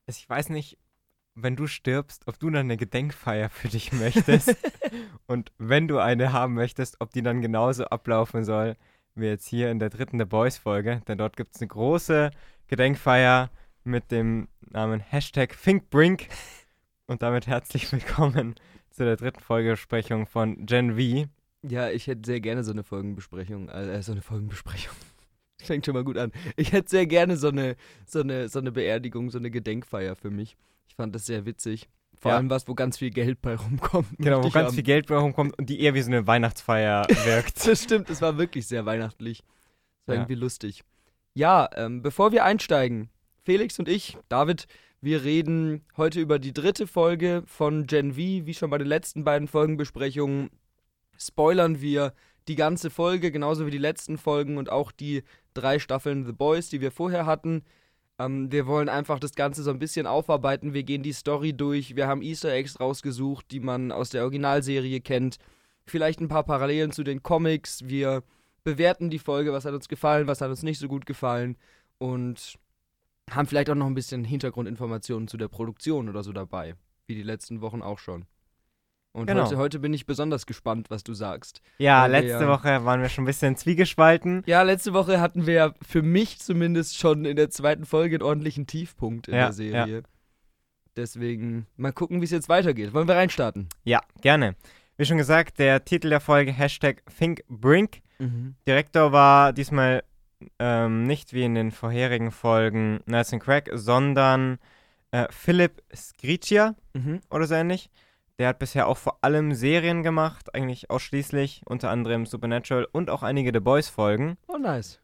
ich weiß nicht, wenn du stirbst, ob du dann eine Gedenkfeier für dich möchtest und wenn du eine haben möchtest, ob die dann genauso ablaufen soll wie jetzt hier in der dritten The Boys-Folge. Denn dort gibt es eine große Gedenkfeier mit dem Namen #ThinkBrink. Und damit herzlich willkommen zu der dritten Folgebesprechung von Gen V. Ja, ich hätte sehr gerne so eine Folgenbesprechung. Fängt schon mal gut an. Ich hätte sehr gerne so eine Beerdigung, so eine Gedenkfeier für mich. Ich fand das sehr witzig. Vor allem was, wo ganz viel Geld bei rumkommt. Genau, wo ganz viel Geld bei rumkommt und die eher wie so eine Weihnachtsfeier wirkt. Das stimmt, es war wirklich sehr weihnachtlich. Es war irgendwie lustig. Ja, bevor wir einsteigen, Felix und ich, David, wir reden heute über die dritte Folge von Gen V. Wie schon bei den letzten beiden Folgenbesprechungen spoilern wir die ganze Folge, genauso wie die letzten Folgen und auch die 3 Staffeln The Boys, die wir vorher hatten. Wir wollen einfach das Ganze so ein bisschen aufarbeiten. Wir gehen die Story durch. Wir haben Easter Eggs rausgesucht, die man aus der Originalserie kennt. Vielleicht ein paar Parallelen zu den Comics. Wir bewerten die Folge, was hat uns gefallen, was hat uns nicht so gut gefallen. Und haben vielleicht auch noch ein bisschen Hintergrundinformationen zu der Produktion oder so dabei. Wie die letzten Wochen auch schon. Und heute bin ich besonders gespannt, was du sagst. Ja, letzte Woche waren wir schon ein bisschen zwiegespalten. Ja, letzte Woche hatten wir für mich zumindest schon in der zweiten Folge einen ordentlichen Tiefpunkt in der Serie. Ja. Deswegen mal gucken, wie es jetzt weitergeht. Wollen wir reinstarten? Ja, gerne. Wie schon gesagt, der Titel der Folge #ThinkBrink. Direktor war diesmal nicht wie in den vorherigen Folgen Nelson Craig, sondern Philip Sgriccia oder so ähnlich. Der hat bisher auch vor allem Serien gemacht, eigentlich ausschließlich, unter anderem Supernatural und auch einige The Boys-Folgen. Oh, nice.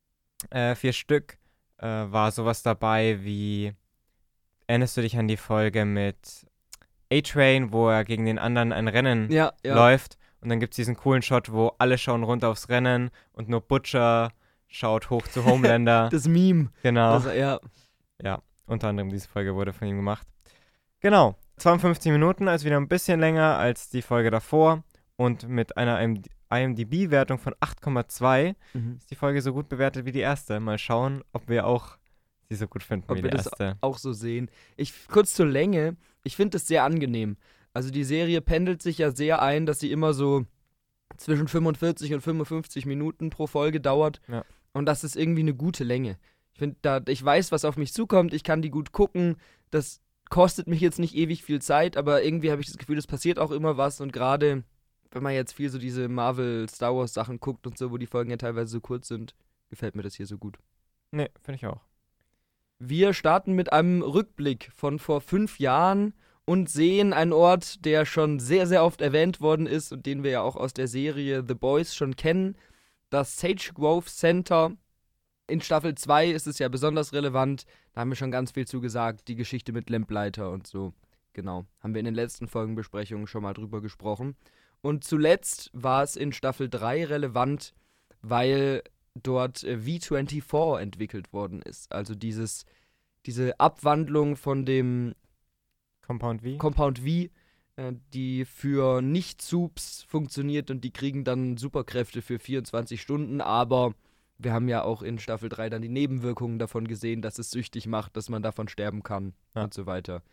4 Stück war sowas dabei wie, erinnerst du dich an die Folge mit A-Train, wo er gegen den anderen ein Rennen läuft und dann gibt es diesen coolen Shot, wo alle schauen runter aufs Rennen und nur Butcher schaut hoch zu Homelander. Das Meme. Genau. Ja, unter anderem diese Folge wurde von ihm gemacht. Genau. 52 Minuten, also wieder ein bisschen länger als die Folge davor und mit einer IMDb-Wertung von 8,2 ist die Folge so gut bewertet wie die erste. Mal schauen, ob wir auch sie so gut finden wie die erste. Ob wir das auch so sehen. Kurz zur Länge, ich finde das sehr angenehm. Also die Serie pendelt sich ja sehr ein, dass sie immer so zwischen 45 und 55 Minuten pro Folge dauert und das ist irgendwie eine gute Länge. Ich weiß, was auf mich zukommt, ich kann die gut gucken, das kostet mich jetzt nicht ewig viel Zeit, aber irgendwie habe ich das Gefühl, es passiert auch immer was und gerade, wenn man jetzt viel so diese Marvel-Star Wars-Sachen guckt und so, wo die Folgen ja teilweise so kurz sind, gefällt mir das hier so gut. Nee, finde ich auch. Wir starten mit einem Rückblick von vor 5 Jahren und sehen einen Ort, der schon sehr, sehr oft erwähnt worden ist und den wir ja auch aus der Serie The Boys schon kennen, das Sage Grove Center. In Staffel 2 ist es ja besonders relevant, da haben wir schon ganz viel zu gesagt, die Geschichte mit Lamplighter und so. Genau, haben wir in den letzten Folgenbesprechungen schon mal drüber gesprochen. Und zuletzt war es in Staffel 3 relevant, weil dort V24 entwickelt worden ist. Also diese Abwandlung von dem Compound V, die für Nicht-Subs funktioniert und die kriegen dann Superkräfte für 24 Stunden, aber wir haben ja auch in Staffel 3 dann die Nebenwirkungen davon gesehen, dass es süchtig macht, dass man davon sterben kann und so weiter.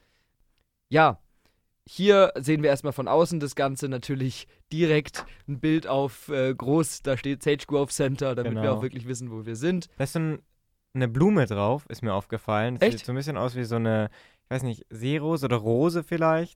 Ja, hier sehen wir erstmal von außen das Ganze natürlich direkt ein Bild auf groß, da steht Sage Grove Center, damit wir auch wirklich wissen, wo wir sind. Da ist so eine Blume drauf, ist mir aufgefallen. Das Echt? sieht so ein bisschen aus wie so eine, ich weiß nicht, Seerose oder Rose vielleicht.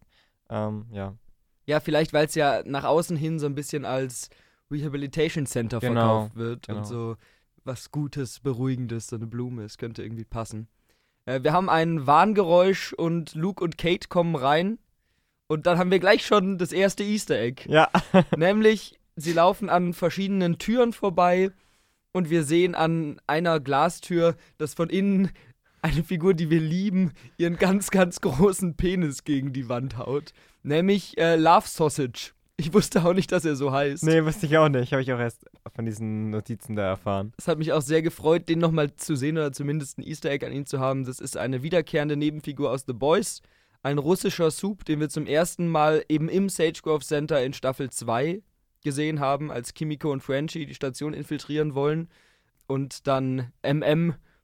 Ja, vielleicht, weil es ja nach außen hin so ein bisschen als Rehabilitation Center verkauft wird und so was Gutes, Beruhigendes, so eine Blume, es könnte irgendwie passen. Wir haben ein Warngeräusch und Luke und Kate kommen rein und dann haben wir gleich schon das erste Easter Egg. Ja. Nämlich, sie laufen an verschiedenen Türen vorbei und wir sehen an einer Glastür, dass von innen eine Figur, die wir lieben, ihren ganz, ganz großen Penis gegen die Wand haut. Nämlich Love Sausage. Ich wusste auch nicht, dass er so heißt. Nee, wusste ich auch nicht. Habe ich auch erst von diesen Notizen da erfahren. Es hat mich auch sehr gefreut, den nochmal zu sehen oder zumindest ein Easter Egg an ihn zu haben. Das ist eine wiederkehrende Nebenfigur aus The Boys. Ein russischer Sub, den wir zum ersten Mal eben im Sage Grove Center in Staffel 2 gesehen haben, als Kimiko und Frenchie die Station infiltrieren wollen und dann MM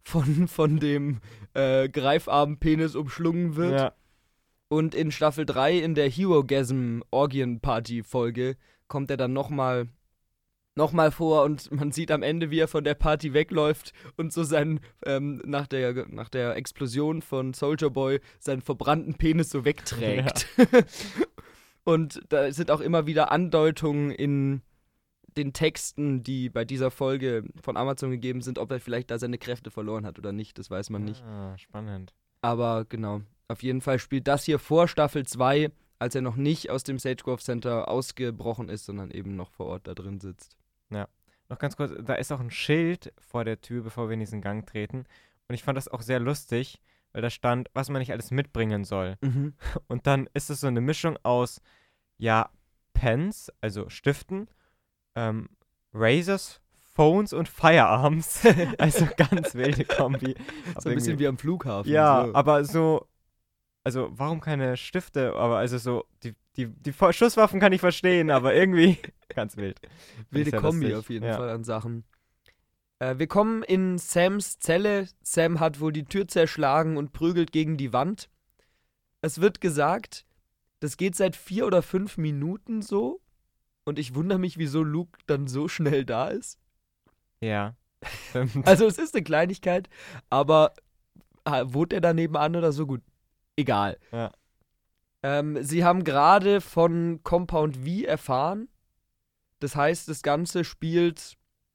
von dem Greifarm-Penis umschlungen wird. Ja. Und in Staffel 3, in der Hero-Gasm-Orgien-Party-Folge, kommt er dann nochmal vor und man sieht am Ende, wie er von der Party wegläuft und so seinen, nach der Explosion von Soldier Boy, seinen verbrannten Penis so wegträgt. Ja. Und da sind auch immer wieder Andeutungen in den Texten, die bei dieser Folge von Amazon gegeben sind, ob er vielleicht da seine Kräfte verloren hat oder nicht, das weiß man nicht. Spannend. Aber genau, auf jeden Fall spielt das hier vor Staffel 2, als er noch nicht aus dem Sage Grove Center ausgebrochen ist, sondern eben noch vor Ort da drin sitzt. Ja, noch ganz kurz, da ist auch ein Schild vor der Tür, bevor wir in diesen Gang treten. Und ich fand das auch sehr lustig, weil da stand, was man nicht alles mitbringen soll. Mhm. Und dann ist es so eine Mischung aus, ja, Pens, also Stiften, Razors, Phones und Firearms. Also ganz wilde Kombi. So ein bisschen wie am Flughafen. Ja, so. Aber so, also warum keine Stifte? Aber also so, die Schusswaffen kann ich verstehen, aber irgendwie ganz wild. Wilde Kombi lustig. Auf jeden Fall an Sachen. Wir kommen in Sams Zelle. Sam hat wohl die Tür zerschlagen und prügelt gegen die Wand. Es wird gesagt, das geht seit 4 oder 5 Minuten so. Und ich wundere mich, wieso Luke dann so schnell da ist. Ja. Also es ist eine Kleinigkeit, aber wohnt er da nebenan oder so? Gut, egal. Ja. Sie haben gerade von Compound V erfahren. Das heißt, das Ganze spielt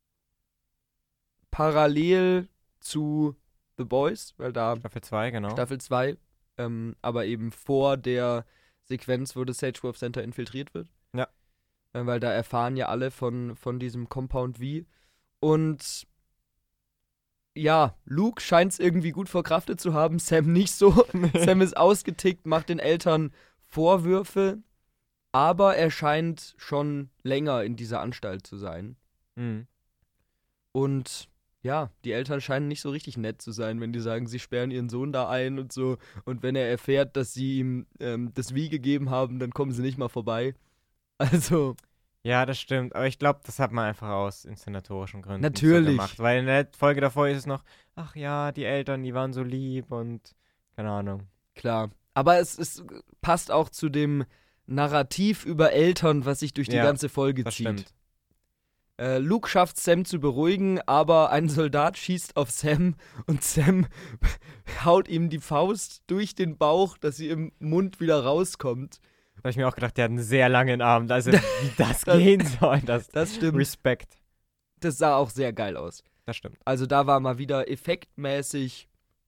parallel zu The Boys, weil da Staffel 2, genau. Staffel 2, aber eben vor der Sequenz, wo das Sage Grove Center infiltriert wird. Ja. Weil da erfahren ja alle von diesem Compound V. Und ja, Luke scheint es irgendwie gut verkraftet zu haben, Sam nicht so. Sam ist ausgetickt, macht den Eltern Vorwürfe, aber er scheint schon länger in dieser Anstalt zu sein. Mhm. Und ja, die Eltern scheinen nicht so richtig nett zu sein, wenn die sagen, sie sperren ihren Sohn da ein und so. Und wenn er erfährt, dass sie ihm das Wie gegeben haben, dann kommen sie nicht mal vorbei. Also. Ja, das stimmt. Aber ich glaube, das hat man einfach aus inszenatorischen Gründen natürlich so gemacht. Weil in der Folge davor ist es noch, ach ja, die Eltern, die waren so lieb und keine Ahnung. Klar. Aber es passt auch zu dem Narrativ über Eltern, was sich durch die ganze Folge zieht. Stimmt. Luke schafft Sam zu beruhigen, aber ein Soldat schießt auf Sam und Sam haut ihm die Faust durch den Bauch, dass sie im Mund wieder rauskommt. Da habe ich mir auch gedacht, der hat einen sehr langen Arm. Also wie das gehen soll, das stimmt. Respekt. Das sah auch sehr geil aus. Das stimmt. Also da war mal wieder effektmäßig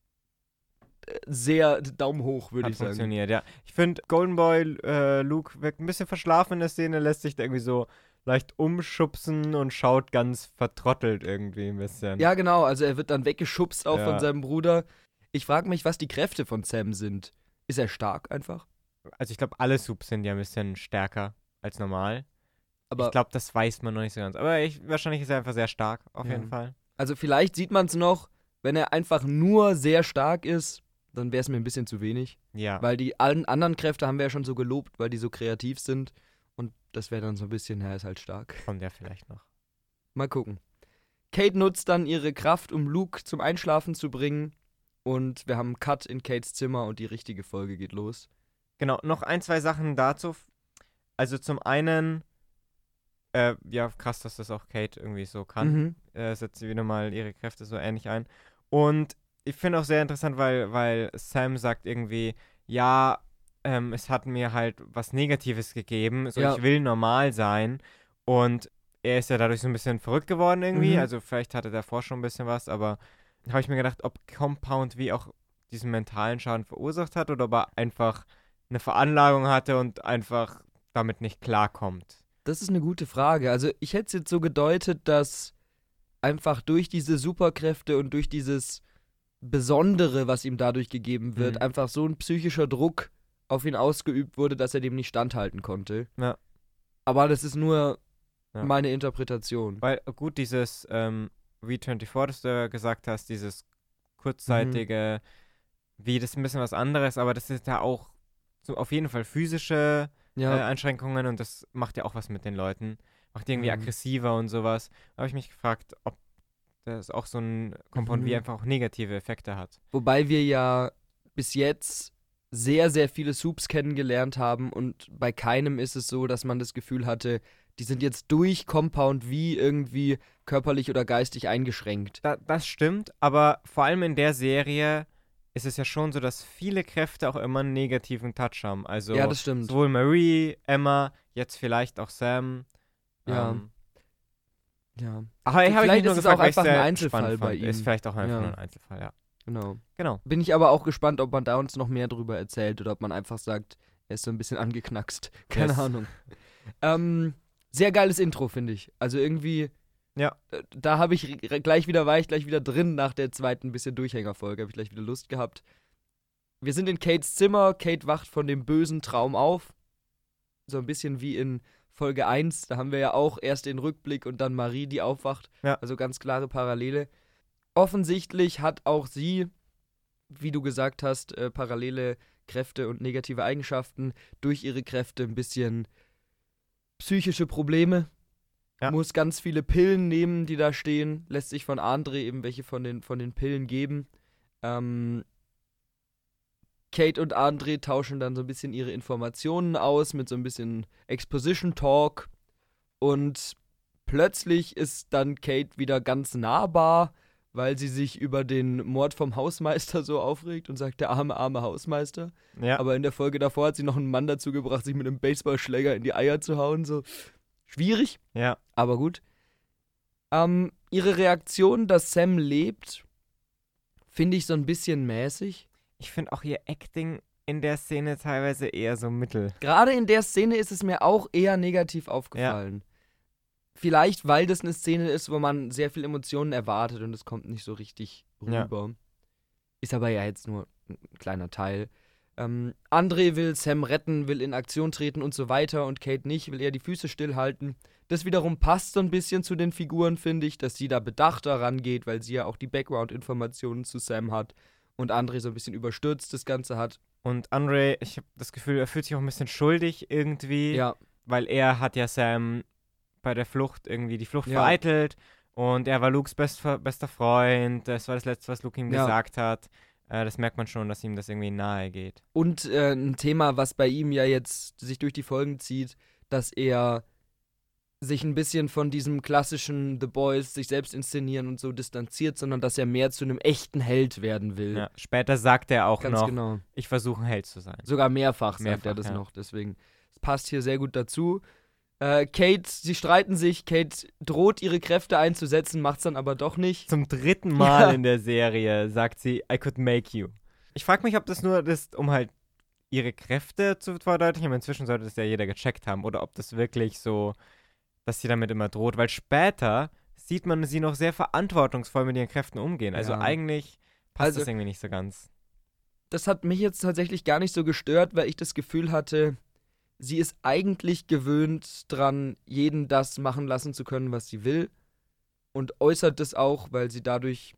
sehr Daumen hoch, würde ich sagen. Hat funktioniert, ja. Ich finde, Golden Boy Luke wirkt ein bisschen verschlafen in der Szene, lässt sich da irgendwie so leicht umschubsen und schaut ganz vertrottelt irgendwie ein bisschen. Ja, genau. Also er wird dann weggeschubst auch von seinem Bruder. Ich frage mich, was die Kräfte von Sam sind. Ist er stark einfach? Also ich glaube, alle Subs sind ja ein bisschen stärker als normal. Aber ich glaube, das weiß man noch nicht so ganz. Aber wahrscheinlich ist er einfach sehr stark, auf jeden Fall. Also vielleicht sieht man es noch, wenn er einfach nur sehr stark ist, dann wäre es mir ein bisschen zu wenig. Ja. Weil die allen anderen Kräfte haben wir ja schon so gelobt, weil die so kreativ sind. Und das wäre dann so ein bisschen, er ist halt stark. Kommt ja vielleicht noch. Mal gucken. Kate nutzt dann ihre Kraft, um Luke zum Einschlafen zu bringen. Und wir haben einen Cut in Kates Zimmer und die richtige Folge geht los. Genau, noch 1, 2 Sachen dazu. Also zum einen, ja, krass, dass das auch Kate irgendwie so kann. Setzt sie wieder mal ihre Kräfte so ähnlich ein. Und ich finde auch sehr interessant, weil Sam sagt irgendwie, ja, es hat mir halt was Negatives gegeben, so ich will normal sein. Und er ist ja dadurch so ein bisschen verrückt geworden irgendwie. Also vielleicht hatte er davor schon ein bisschen was, aber habe ich mir gedacht, ob Compound V auch diesen mentalen Schaden verursacht hat oder ob er einfach eine Veranlagung hatte und einfach damit nicht klarkommt. Das ist eine gute Frage. Also ich hätte es jetzt so gedeutet, dass einfach durch diese Superkräfte und durch dieses Besondere, was ihm dadurch gegeben wird, einfach so ein psychischer Druck auf ihn ausgeübt wurde, dass er dem nicht standhalten konnte. Ja. Aber das ist nur meine Interpretation. Weil, gut, dieses V24, das du gesagt hast, dieses kurzzeitige, wie das ist ein bisschen was anderes, aber das ist ja auch so auf jeden Fall physische Einschränkungen und das macht ja auch was mit den Leuten. Macht die irgendwie aggressiver und sowas. Da habe ich mich gefragt, ob das auch so ein Compound wie einfach auch negative Effekte hat. Wobei wir ja bis jetzt sehr, sehr viele Soups kennengelernt haben und bei keinem ist es so, dass man das Gefühl hatte, die sind jetzt durch Compound V irgendwie körperlich oder geistig eingeschränkt. Das stimmt, aber vor allem in der Serie ist es ja schon so, dass viele Kräfte auch immer einen negativen Touch haben. Also Ja, das stimmt. sowohl Marie, Emma, jetzt vielleicht auch Sam. Ja. Ja. Aber Vielleicht ist es auch einfach ein Einzelfall bei ihm. Ist vielleicht auch einfach Ja. nur ein Einzelfall, ja. Genau. Bin ich aber auch gespannt, ob man da uns noch mehr drüber erzählt oder ob man einfach sagt, er ist so ein bisschen angeknackst. Keine Yes. Ahnung. Sehr geiles Intro, finde ich. Also irgendwie, Ja. da war ich gleich wieder drin nach der zweiten bisschen Durchhängerfolge, habe ich gleich wieder Lust gehabt. Wir sind in Kates Zimmer, Kate wacht von dem bösen Traum auf. So ein bisschen wie in Folge 1, da haben wir ja auch erst den Rückblick und dann Marie, die aufwacht. Ja. Also ganz klare Parallele. Offensichtlich hat auch sie, wie du gesagt hast, parallele Kräfte und negative Eigenschaften. Durch ihre Kräfte ein bisschen psychische Probleme. Ja. Muss ganz viele Pillen nehmen, die da stehen. Lässt sich von Andre eben welche von den Pillen geben. Kate und Andre tauschen dann so ein bisschen ihre Informationen aus mit so ein bisschen Exposition-Talk. Und plötzlich ist dann Kate wieder ganz nahbar, weil sie sich über den Mord vom Hausmeister so aufregt und sagt, der arme Hausmeister. Ja. Aber in der Folge davor hat sie noch einen Mann dazu gebracht, sich mit einem Baseballschläger in die Eier zu hauen. So schwierig, Ja. aber gut. Ihre Reaktion, dass Sam lebt, finde ich so ein bisschen mäßig. Ich finde auch ihr Acting in der Szene teilweise eher so mittel. Gerade in der Szene ist es mir auch eher negativ aufgefallen. Vielleicht, weil das eine Szene ist, wo man sehr viel Emotionen erwartet und es kommt nicht so richtig rüber. Ist aber ja jetzt nur ein kleiner Teil. André will Sam retten, will in Aktion treten und so weiter und Kate nicht, will eher die Füße stillhalten. Das wiederum passt so ein bisschen zu den Figuren, finde ich, dass sie da bedachter rangeht, weil sie ja auch die Background-Informationen zu Sam hat und André so ein bisschen überstürzt das Ganze hat. Und Andre, ich habe das Gefühl, er fühlt sich auch ein bisschen schuldig irgendwie, Ja, weil er hat ja Sam bei der Flucht irgendwie die Flucht Ja. vereitelt und er war Lukes bester Freund. Das war das Letzte, was Luke ihm Ja. gesagt hat. Das merkt man schon, dass ihm das irgendwie nahe geht. und ein Thema, was bei ihm ja jetzt sich durch die Folgen zieht, dass er sich ein bisschen von diesem klassischen The Boys, sich selbst inszenieren und so distanziert, sondern dass er mehr zu einem echten Held werden will. Ja. Später sagt er auch Ganz noch, genau. ich versuche ein Held zu sein. Sogar mehrfach sagt er Mehrfach, das ja. noch, deswegen es passt hier sehr gut dazu. Kate, sie streiten sich, Kate droht ihre Kräfte einzusetzen, macht's dann aber doch nicht. Zum 3. Mal Ja. in der Serie sagt sie, I could make you. Ich frage mich, ob das nur ist, um halt ihre Kräfte zu verdeutlichen, aber inzwischen sollte das ja jeder gecheckt haben, oder ob das wirklich so, dass sie damit immer droht, weil später sieht man sie noch sehr verantwortungsvoll mit ihren Kräften umgehen. Also Ja. eigentlich passt Also- das irgendwie nicht so ganz. Das hat mich jetzt tatsächlich gar nicht so gestört, weil ich das Gefühl hatte, sie ist eigentlich gewöhnt dran, jeden das machen lassen zu können, was sie will. Und äußert das auch, weil sie dadurch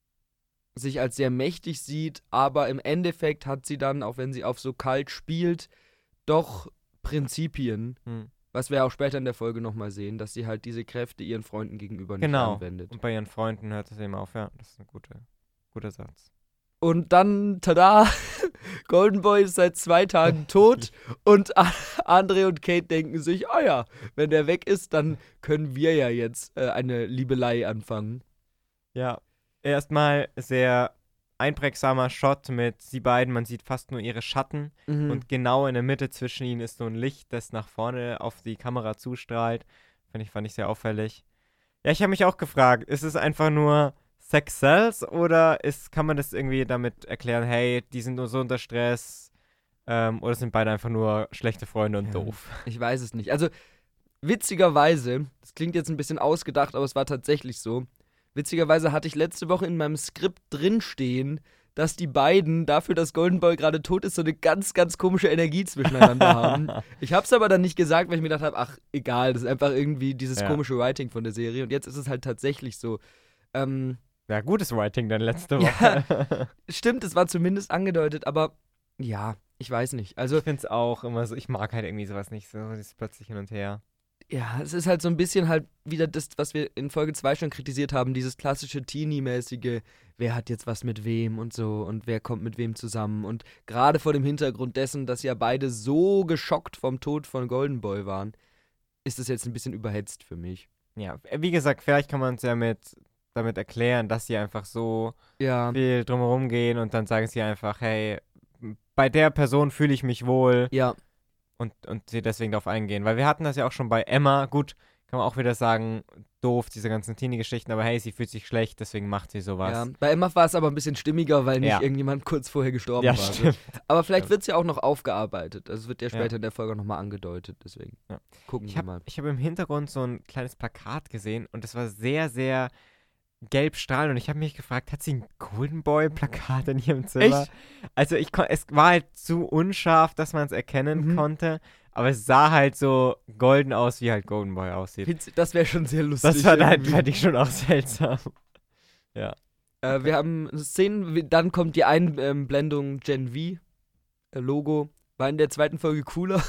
sich als sehr mächtig sieht. Aber im Endeffekt hat sie dann, auch wenn sie auf so kalt spielt, doch Prinzipien. Hm. Was wir auch später in der Folge nochmal sehen, dass sie halt diese Kräfte ihren Freunden gegenüber nicht Genau. anwendet. Und bei ihren Freunden hört es eben auf, ja. Das ist ein guter Satz. Und dann, tada, Golden Boy ist seit 2 Tagen tot und Andre und Kate denken sich, oh ja, wenn der weg ist, dann können wir ja jetzt eine Liebelei anfangen. Ja, erstmal sehr einprägsamer Shot mit sie beiden. Man sieht fast nur ihre Schatten. Und genau in der Mitte zwischen ihnen ist so ein Licht, das nach vorne auf die Kamera zustrahlt. Fand ich sehr auffällig. Ja, ich habe mich auch gefragt, ist es einfach nur Sex sells oder kann man das irgendwie damit erklären, hey, die sind nur so unter Stress oder sind beide einfach nur schlechte Freunde und Ja. doof? Ich weiß es nicht. Also, witzigerweise, das klingt jetzt ein bisschen ausgedacht, aber es war tatsächlich so. Witzigerweise hatte ich letzte Woche in meinem Skript drinstehen, dass die beiden, dafür, dass Golden Boy gerade tot ist, so eine ganz, ganz komische Energie zwischeneinander haben. Ich hab's aber dann nicht gesagt, weil ich mir gedacht habe, ach, egal, das ist einfach irgendwie dieses Ja. komische Writing von der Serie. Und jetzt ist es halt tatsächlich so. Ja, gutes Writing dann letzte Ja. Woche. Stimmt, es war zumindest angedeutet, aber ja, ich weiß nicht. Also, Ich finde es auch immer so, ich mag halt irgendwie sowas nicht, so dieses plötzlich hin und her. Ja, es ist halt so ein bisschen halt wieder das, was wir in Folge 2 schon kritisiert haben, dieses klassische Teenie-mäßige, wer hat jetzt was mit wem und so und wer kommt mit wem zusammen. Und gerade vor dem Hintergrund dessen, dass ja beide so geschockt vom Tod von Golden Boy waren, ist es jetzt ein bisschen überhetzt für mich. Ja, wie gesagt, vielleicht kann man es ja damit erklären, dass sie einfach so Ja, viel drumherum gehen und dann sagen sie einfach, hey, bei der Person fühle ich mich wohl ja, und sie deswegen darauf eingehen. Weil wir hatten das ja auch schon bei Emma, gut, kann man auch wieder sagen, doof, diese ganzen Teenie-Geschichten, aber hey, sie fühlt sich schlecht, deswegen macht sie sowas. ja. Bei Emma war es aber ein bisschen stimmiger, weil nicht Ja. irgendjemand kurz vorher gestorben Ja, war. stimmt. Aber vielleicht Stimmt. wird es ja auch noch aufgearbeitet. Also es wird ja Ja. später in der Folge nochmal angedeutet, deswegen Ja. gucken Ich wir mal. habe im Hintergrund so ein kleines Plakat gesehen und das war sehr, sehr gelb strahlend und ich habe mich gefragt, hat sie ein Golden Boy-Plakat in ihrem Zimmer? Echt? Also es war halt zu unscharf, dass man es erkennen Mhm. konnte, aber es sah halt so golden aus, wie halt Golden Boy aussieht. Das wäre schon sehr lustig. Das war dann irgendwie. fand ich schon auch seltsam. Ja. Okay. Wir haben Szenen, dann kommt die Einblendung Gen V, Logo. War in der zweiten Folge cooler.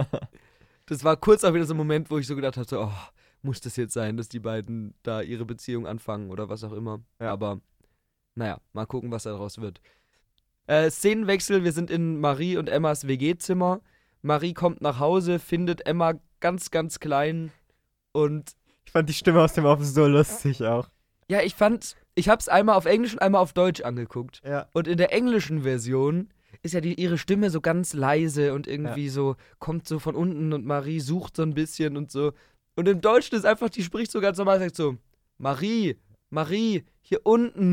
Das war kurz auch wieder so ein Moment, wo ich so gedacht habe, so, oh, muss das jetzt sein, dass die beiden da ihre Beziehung anfangen oder was auch immer. Ja. Aber naja, mal gucken, was daraus wird. Szenenwechsel, wir sind in Marie und Emmas WG-Zimmer. Marie kommt nach Hause, findet Emma ganz, ganz klein und Ich fand die Stimme aus dem Off so lustig auch. ja, ich hab's einmal auf Englisch und einmal auf Deutsch angeguckt. Ja. Und in der englischen Version ist ja ihre Stimme so ganz leise und irgendwie so, kommt so von unten und Marie sucht so ein bisschen und so. Und im Deutschen ist einfach, die spricht so ganz normal, sagt so, Marie, hier unten.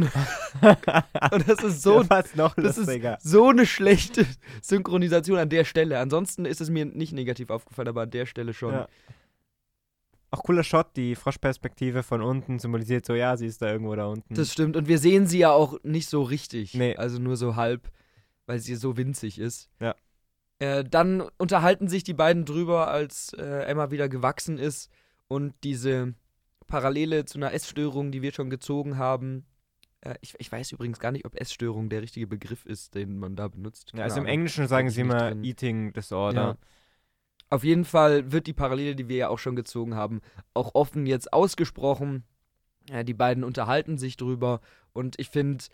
Und das ist so, fast noch das lustiger. ist so eine schlechte Synchronisation an der Stelle. Ansonsten ist es mir nicht negativ aufgefallen, aber an der Stelle schon. Ja. Auch cooler Shot, die Froschperspektive von unten symbolisiert so, ja, sie ist da irgendwo da unten. Das stimmt. Und wir sehen sie ja auch nicht so richtig. Nee. Also nur so halb, weil sie so winzig ist. Ja. Dann unterhalten sich die beiden drüber, als Emma wieder gewachsen ist und diese Parallele zu einer Essstörung, die wir schon gezogen haben. Ich weiß übrigens gar nicht, ob Essstörung der richtige Begriff ist, den man da benutzt. Ja, also im Keine Ahnung. Englischen sagen Steht sie nicht immer drin. Eating Disorder. Ja. Auf jeden Fall wird die Parallele, die wir ja auch schon gezogen haben, auch offen jetzt ausgesprochen. Ja, die beiden unterhalten sich drüber und ich finde,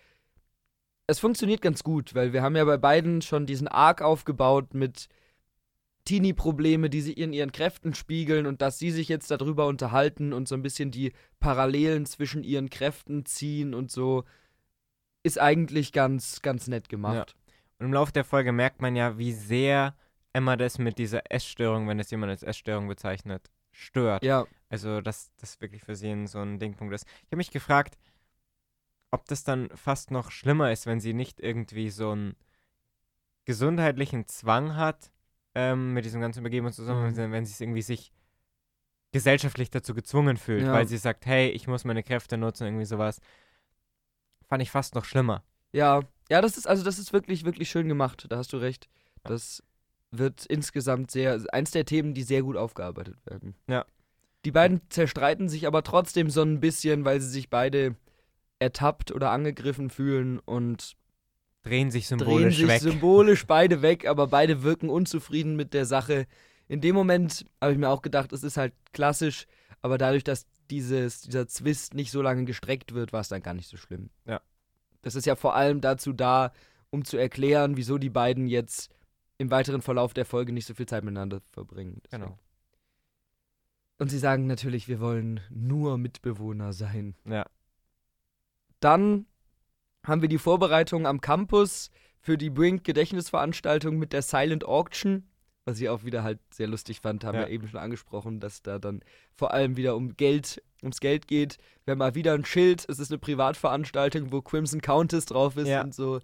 es funktioniert ganz gut, weil wir haben ja bei beiden schon diesen Arc aufgebaut mit Teenie-Probleme, die sie in ihren Kräften spiegeln und dass sie sich jetzt darüber unterhalten und so ein bisschen die Parallelen zwischen ihren Kräften ziehen und so, ist eigentlich ganz, ganz nett gemacht. Und im Laufe der Folge merkt man ja, wie sehr Emma das mit dieser Essstörung, wenn es jemand als Essstörung bezeichnet, stört. Ja, Also, dass das wirklich für sie so ein Dingpunkt ist. Ich habe mich gefragt, ob das dann fast noch schlimmer ist, wenn sie nicht irgendwie so einen gesundheitlichen Zwang hat, mit diesem ganzen Übergeben und so, sondern wenn sie es irgendwie sich gesellschaftlich dazu gezwungen fühlt, Ja. weil sie sagt, hey, ich muss meine Kräfte nutzen, irgendwie sowas. Fand ich fast noch schlimmer. ja, das ist wirklich, wirklich schön gemacht, da hast du recht. Das wird insgesamt eins der Themen, die sehr gut aufgearbeitet werden. Ja. Die beiden zerstreiten sich aber trotzdem so ein bisschen, weil sie sich beide ertappt oder angegriffen fühlen und Drehen sich drehen symbolisch sich weg. symbolisch beide weg, aber beide wirken unzufrieden mit der Sache. In dem Moment habe ich mir auch gedacht, es ist halt klassisch, aber dadurch, dass dieser Zwist nicht so lange gestreckt wird, war es dann gar nicht so schlimm. Ja. Das ist ja vor allem dazu da, um zu erklären, wieso die beiden jetzt im weiteren Verlauf der Folge nicht so viel Zeit miteinander verbringen. Deswegen. Genau. Und sie sagen natürlich, wir wollen nur Mitbewohner sein. Ja. Dann haben wir die Vorbereitung am Campus für die Brink-Gedächtnisveranstaltung mit der Silent Auction, was ich auch wieder halt sehr lustig fand, haben Ja. wir eben schon angesprochen, dass da dann vor allem wieder ums Geld geht. Wir haben mal wieder ein Schild, es ist eine Privatveranstaltung, wo Crimson Countess drauf ist Ja. und so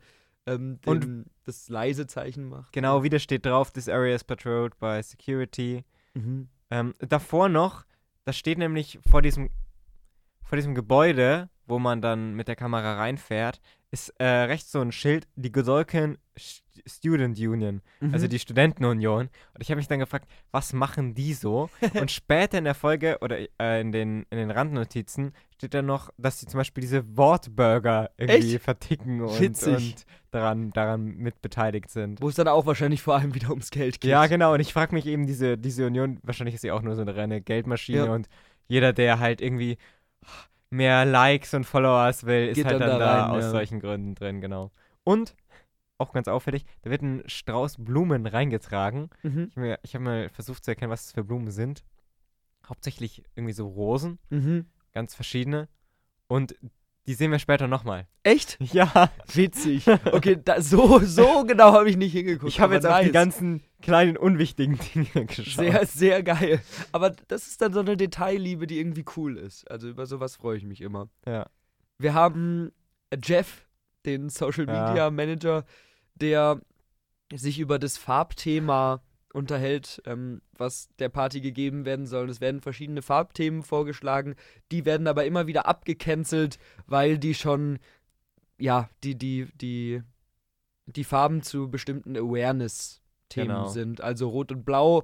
das leise Zeichen macht. Genau, wieder steht drauf, this area is patrolled by security. Mhm. Davor noch, das steht nämlich vor diesem Gebäude, wo man dann mit der Kamera reinfährt, ist rechts so ein Schild, die Godolphin Student Union, also die Studentenunion. Und ich habe mich dann gefragt, was machen die so? Und später in der Folge oder in den Randnotizen steht dann noch, dass sie zum Beispiel diese Wortburger irgendwie verticken und daran mit beteiligt sind. Wo es dann auch wahrscheinlich vor allem wieder ums Geld geht. Ja, genau. Und ich frage mich eben, diese Union, wahrscheinlich ist sie auch nur so eine reine Geldmaschine und jeder, der halt irgendwie mehr Likes und Followers will, ist Geht halt dann dann da da rein, aus ja. solchen Gründen drin, genau. Und, auch ganz auffällig, da wird ein Strauß Blumen reingetragen. Ich habe mal versucht zu erkennen, was das für Blumen sind. Hauptsächlich irgendwie so Rosen, ganz verschiedene. Und die sehen wir später nochmal. Echt? Ja. Witzig. Okay, so genau habe ich nicht hingeguckt. Ich habe jetzt auf die ganzen kleinen, unwichtigen Dinge geschaut. Sehr, sehr geil. Aber das ist dann so eine Detailliebe, die irgendwie cool ist. Also über sowas freue ich mich immer. Ja. Wir haben Jeff, den Social Media Manager, der sich über das Farbthema unterhält, was der Party gegeben werden soll. Es werden verschiedene Farbthemen vorgeschlagen, die werden aber immer wieder abgecancelt, weil die schon, ja, die Farben zu bestimmten Awareness-Themen sind. Also Rot und Blau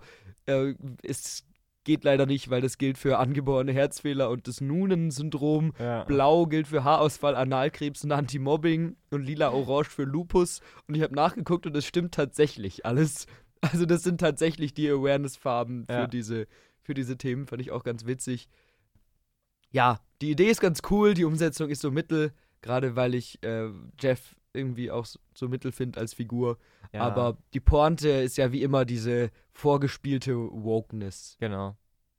geht leider nicht, weil das gilt für angeborene Herzfehler und das Noonan-Syndrom. Ja. Blau gilt für Haarausfall, Analkrebs und Anti-Mobbing und lila-orange für Lupus. Und ich habe nachgeguckt und es stimmt tatsächlich alles. Also das sind tatsächlich die Awareness-Farben für diese Themen, fand ich auch ganz witzig. Ja, die Idee ist ganz cool, die Umsetzung ist so mittel, gerade weil ich Jeff irgendwie auch so mittel finde als Figur. Ja. Aber die Pointe ist ja wie immer diese vorgespielte Wokeness. Genau.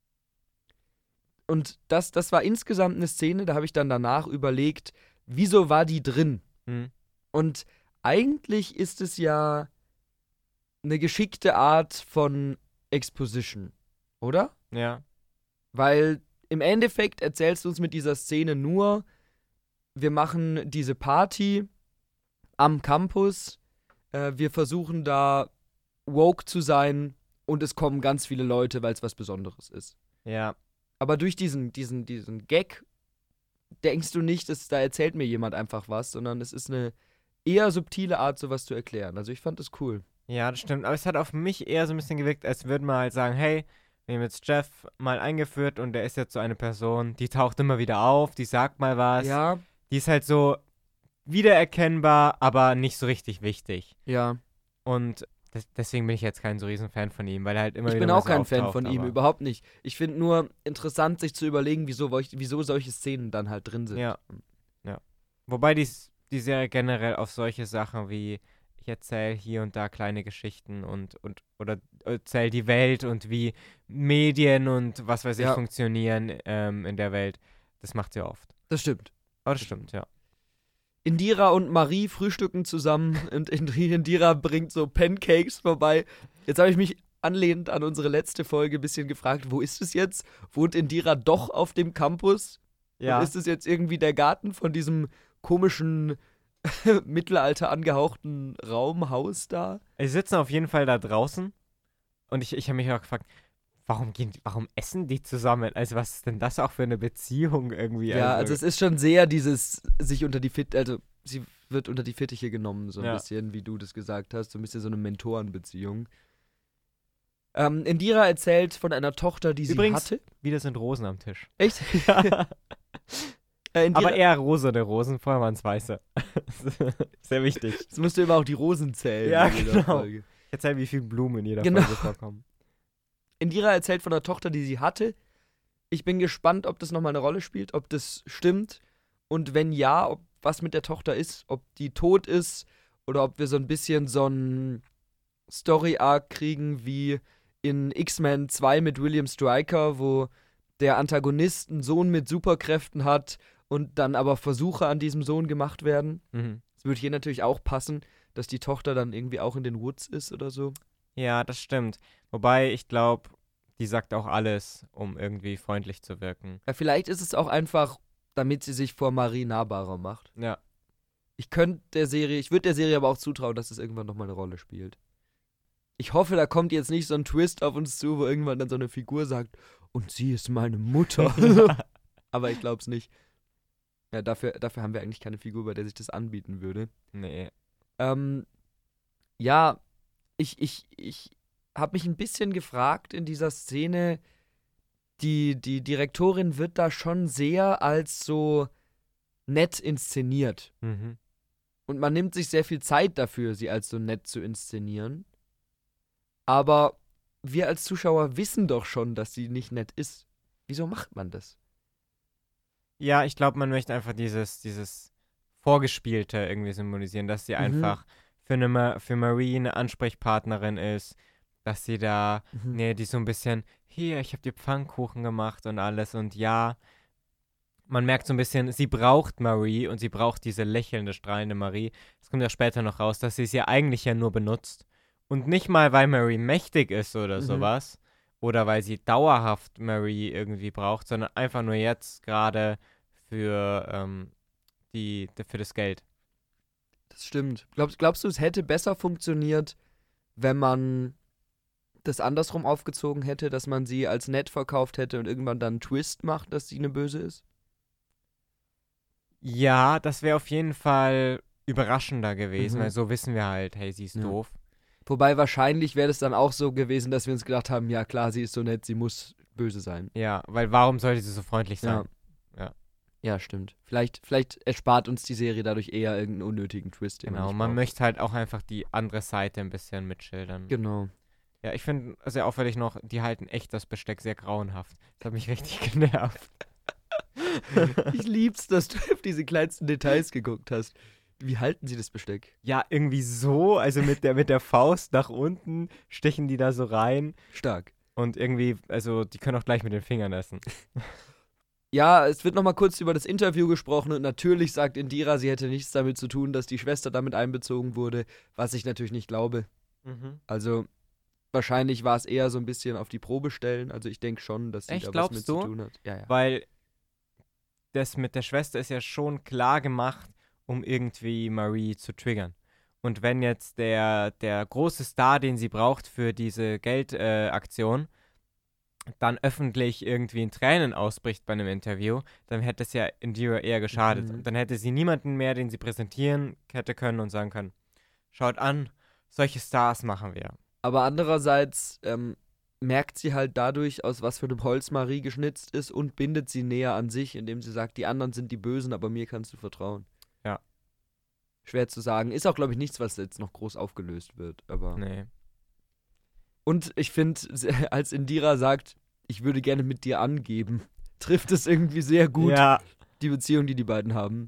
Und das war insgesamt eine Szene, da habe ich dann danach überlegt, wieso war die drin? Und eigentlich ist es ja eine geschickte Art von Exposition, oder? Ja. Weil im Endeffekt erzählst du uns mit dieser Szene nur, wir machen diese Party am Campus, wir versuchen da woke zu sein und es kommen ganz viele Leute, weil es was Besonderes ist. Ja. Aber durch diesen Gag denkst du nicht, da erzählt mir jemand einfach was, sondern es ist eine eher subtile Art, sowas zu erklären. Also ich fand das cool. Ja, das stimmt. Aber es hat auf mich eher so ein bisschen gewirkt, als würden wir halt sagen, hey, wir haben jetzt Jeff mal eingeführt und der ist jetzt so eine Person, die taucht immer wieder auf, die sagt mal was. Ja. Die ist halt so wiedererkennbar, aber nicht so richtig wichtig. Ja. Und deswegen bin ich jetzt kein so riesen Fan von ihm, weil er halt immer wieder Ich bin mal auch so kein Fan auftaucht, von ihm, überhaupt nicht. Ich finde nur interessant, sich zu überlegen, wieso solche Szenen dann halt drin sind. Ja. Wobei die Serie generell auf solche Sachen wie ich erzähle hier und da kleine Geschichten oder erzähle die Welt und wie Medien und was weiß ich funktionieren in der Welt. Das macht sie oft. Das stimmt. Aber das stimmt, ja. Indira und Marie frühstücken zusammen und Indira bringt so Pancakes vorbei. Jetzt habe ich mich anlehnend an unsere letzte Folge ein bisschen gefragt, wo ist es jetzt? Wohnt Indira doch auf dem Campus? Ja. Und ist es jetzt irgendwie der Garten von diesem komischen Mittelalter angehauchten Raumhaus da? Sie sitzen auf jeden Fall da draußen und ich habe mich auch gefragt, warum essen die zusammen? Also was ist denn das auch für eine Beziehung irgendwie? Ja, also es ist schon sehr dieses sich unter die sie wird unter die Fittiche genommen, so ein bisschen, wie du das gesagt hast, so ein bisschen so eine Mentorenbeziehung. Indira erzählt von einer Tochter, die Übrigens, sie hatte. Wieder sind Rosen am Tisch. Echt? Ja. Aber eher rosane Rosen, vorher waren es weiße. Sehr wichtig. Jetzt musst du immer auch die Rosen zählen. Ja, genau. Ich erzähle, wie viele Blumen in jeder Folge vorkommen. Indira erzählt von der Tochter, die sie hatte. Ich bin gespannt, ob das nochmal eine Rolle spielt, ob das stimmt. Und wenn ja, ob was mit der Tochter ist, ob die tot ist oder ob wir so ein bisschen so einen Story-Arc kriegen wie in X-Men 2 mit William Stryker, wo der Antagonist einen Sohn mit Superkräften hat und dann aber Versuche an diesem Sohn gemacht werden. Das würde hier natürlich auch passen, dass die Tochter dann irgendwie auch in den Woods ist oder so. Ja, das stimmt. Wobei, ich glaube, die sagt auch alles, um irgendwie freundlich zu wirken. Ja, vielleicht ist es auch einfach, damit sie sich vor Marie nahbarer macht. Ja. Ich würde der Serie aber auch zutrauen, dass es irgendwann nochmal eine Rolle spielt. Ich hoffe, da kommt jetzt nicht so ein Twist auf uns zu, wo irgendwann dann so eine Figur sagt, und sie ist meine Mutter. Aber ich glaube es nicht. Ja, dafür haben wir eigentlich keine Figur, bei der sich das anbieten würde. Nee. Ja, ich habe mich ein bisschen gefragt in dieser Szene, die Direktorin wird da schon sehr als so nett inszeniert. Mhm. Und man nimmt sich sehr viel Zeit dafür, sie als so nett zu inszenieren. Aber wir als Zuschauer wissen doch schon, dass sie nicht nett ist. Wieso macht man das? Ja, ich glaube, man möchte einfach dieses Vorgespielte irgendwie symbolisieren, dass sie einfach für Marie eine Ansprechpartnerin ist, dass sie da, die so ein bisschen, hier, ich habe dir Pfannkuchen gemacht und alles und ja, man merkt so ein bisschen, sie braucht Marie und sie braucht diese lächelnde, strahlende Marie. Es kommt ja später noch raus, dass sie ja eigentlich ja nur benutzt und nicht mal, weil Marie mächtig ist oder sowas oder weil sie dauerhaft Marie irgendwie braucht, sondern einfach nur jetzt gerade für das Geld. Das stimmt. Glaubst du, es hätte besser funktioniert, wenn man das andersrum aufgezogen hätte, dass man sie als nett verkauft hätte und irgendwann dann einen Twist macht, dass sie eine Böse ist? Ja, das wäre auf jeden Fall überraschender gewesen, weil so wissen wir halt, hey, sie ist doof. Wobei wahrscheinlich wäre es dann auch so gewesen, dass wir uns gedacht haben, ja klar, sie ist so nett, sie muss böse sein. Ja, weil warum sollte sie so freundlich sein? Ja, stimmt. Vielleicht erspart uns die Serie dadurch eher irgendeinen unnötigen Twist. Genau, man möchte halt auch einfach die andere Seite ein bisschen mitschildern. Genau. Ja, ich finde sehr auffällig noch, die halten echt das Besteck sehr grauenhaft. Das hat mich richtig genervt. Ich lieb's, dass du auf diese kleinsten Details geguckt hast. Wie halten sie das Besteck? Ja, irgendwie so, also mit der Faust nach unten stechen die da so rein. Stark. Und irgendwie, also die können auch gleich mit den Fingern essen. Ja, es wird nochmal kurz über das Interview gesprochen und natürlich sagt Indira, sie hätte nichts damit zu tun, dass die Schwester damit einbezogen wurde, was ich natürlich nicht glaube. Also wahrscheinlich war es eher so ein bisschen auf die Probe stellen. Also ich denke schon, dass sie echt, da was mit glaubst du? zu tun hat. Ja. Weil das mit der Schwester ist ja schon klar gemacht, um irgendwie Marie zu triggern. Und wenn jetzt der große Star, den sie braucht für diese Geldaktion, dann öffentlich irgendwie in Tränen ausbricht bei einem Interview, dann hätte es ja Indira eher geschadet. Und dann hätte sie niemanden mehr, den sie präsentieren hätte können und sagen können, schaut an, solche Stars machen wir. Aber andererseits merkt sie halt dadurch, aus was für einem Holz Marie geschnitzt ist und bindet sie näher an sich, indem sie sagt, die anderen sind die Bösen, aber mir kannst du vertrauen. Ja. Schwer zu sagen. Ist auch, glaube ich, nichts, was jetzt noch groß aufgelöst wird. Aber Nee. Und ich finde, als Indira sagt, ich würde gerne mit dir angeben, trifft es irgendwie sehr gut, die Beziehung, die beiden haben.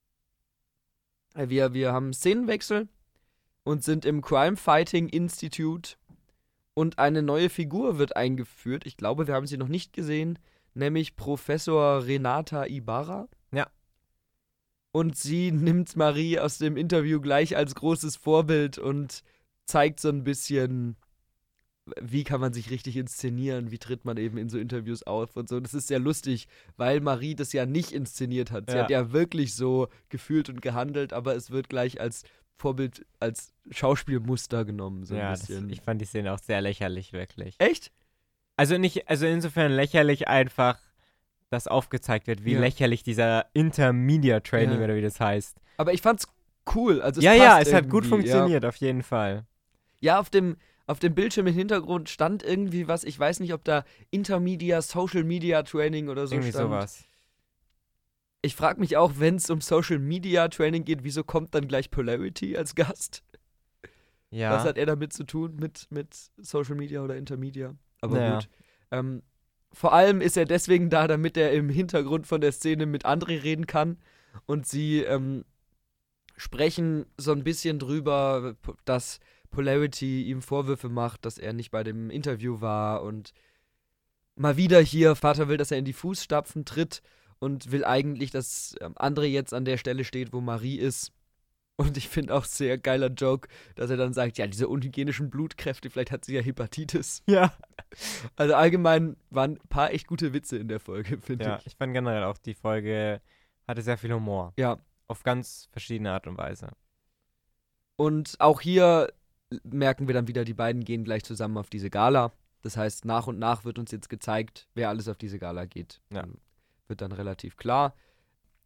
Wir haben Szenenwechsel und sind im Crime Fighting Institute und eine neue Figur wird eingeführt. Ich glaube, wir haben sie noch nicht gesehen, nämlich Professor Renata Ibarra. Ja. Und sie nimmt Marie aus dem Interview gleich als großes Vorbild und zeigt so ein bisschen, wie kann man sich richtig inszenieren, wie tritt man eben in so Interviews auf und so. Das ist sehr lustig, weil Marie das ja nicht inszeniert hat. Sie hat ja wirklich so gefühlt und gehandelt, aber es wird gleich als Vorbild, als Schauspielmuster genommen, so ein bisschen. Ich fand die Szene auch sehr lächerlich, wirklich. Echt? Also insofern lächerlich einfach, dass aufgezeigt wird, wie lächerlich dieser Intermediate Training oder wie das heißt. Aber ich fand's cool. Also es hat gut funktioniert, auf jeden Fall. Ja, auf dem Bildschirm im Hintergrund stand irgendwie was, ich weiß nicht, ob da Intermedia, Social Media Training oder so irgendwie stand. Sowas. Ich frage mich auch, wenn es um Social Media Training geht, wieso kommt dann gleich Polarity als Gast? Ja. Was hat er damit zu tun, mit Social Media oder Intermedia? Aber gut. Vor allem ist er deswegen da, damit er im Hintergrund von der Szene mit André reden kann. Und sie sprechen so ein bisschen drüber, dass Polarity ihm Vorwürfe macht, dass er nicht bei dem Interview war. Und mal wieder hier, Vater will, dass er in die Fußstapfen tritt und will eigentlich, dass André jetzt an der Stelle steht, wo Marie ist. Und ich finde auch sehr geiler Joke, dass er dann sagt, ja, diese unhygienischen Blutkräfte, vielleicht hat sie ja Hepatitis. Ja. Also allgemein waren ein paar echt gute Witze in der Folge, finde ich. Ja, ich fand generell auch, die Folge hatte sehr viel Humor. Ja. Auf ganz verschiedene Art und Weise. Und auch hier merken wir dann wieder, die beiden gehen gleich zusammen auf diese Gala. Das heißt, nach und nach wird uns jetzt gezeigt, wer alles auf diese Gala geht. Ja. Wird dann relativ klar.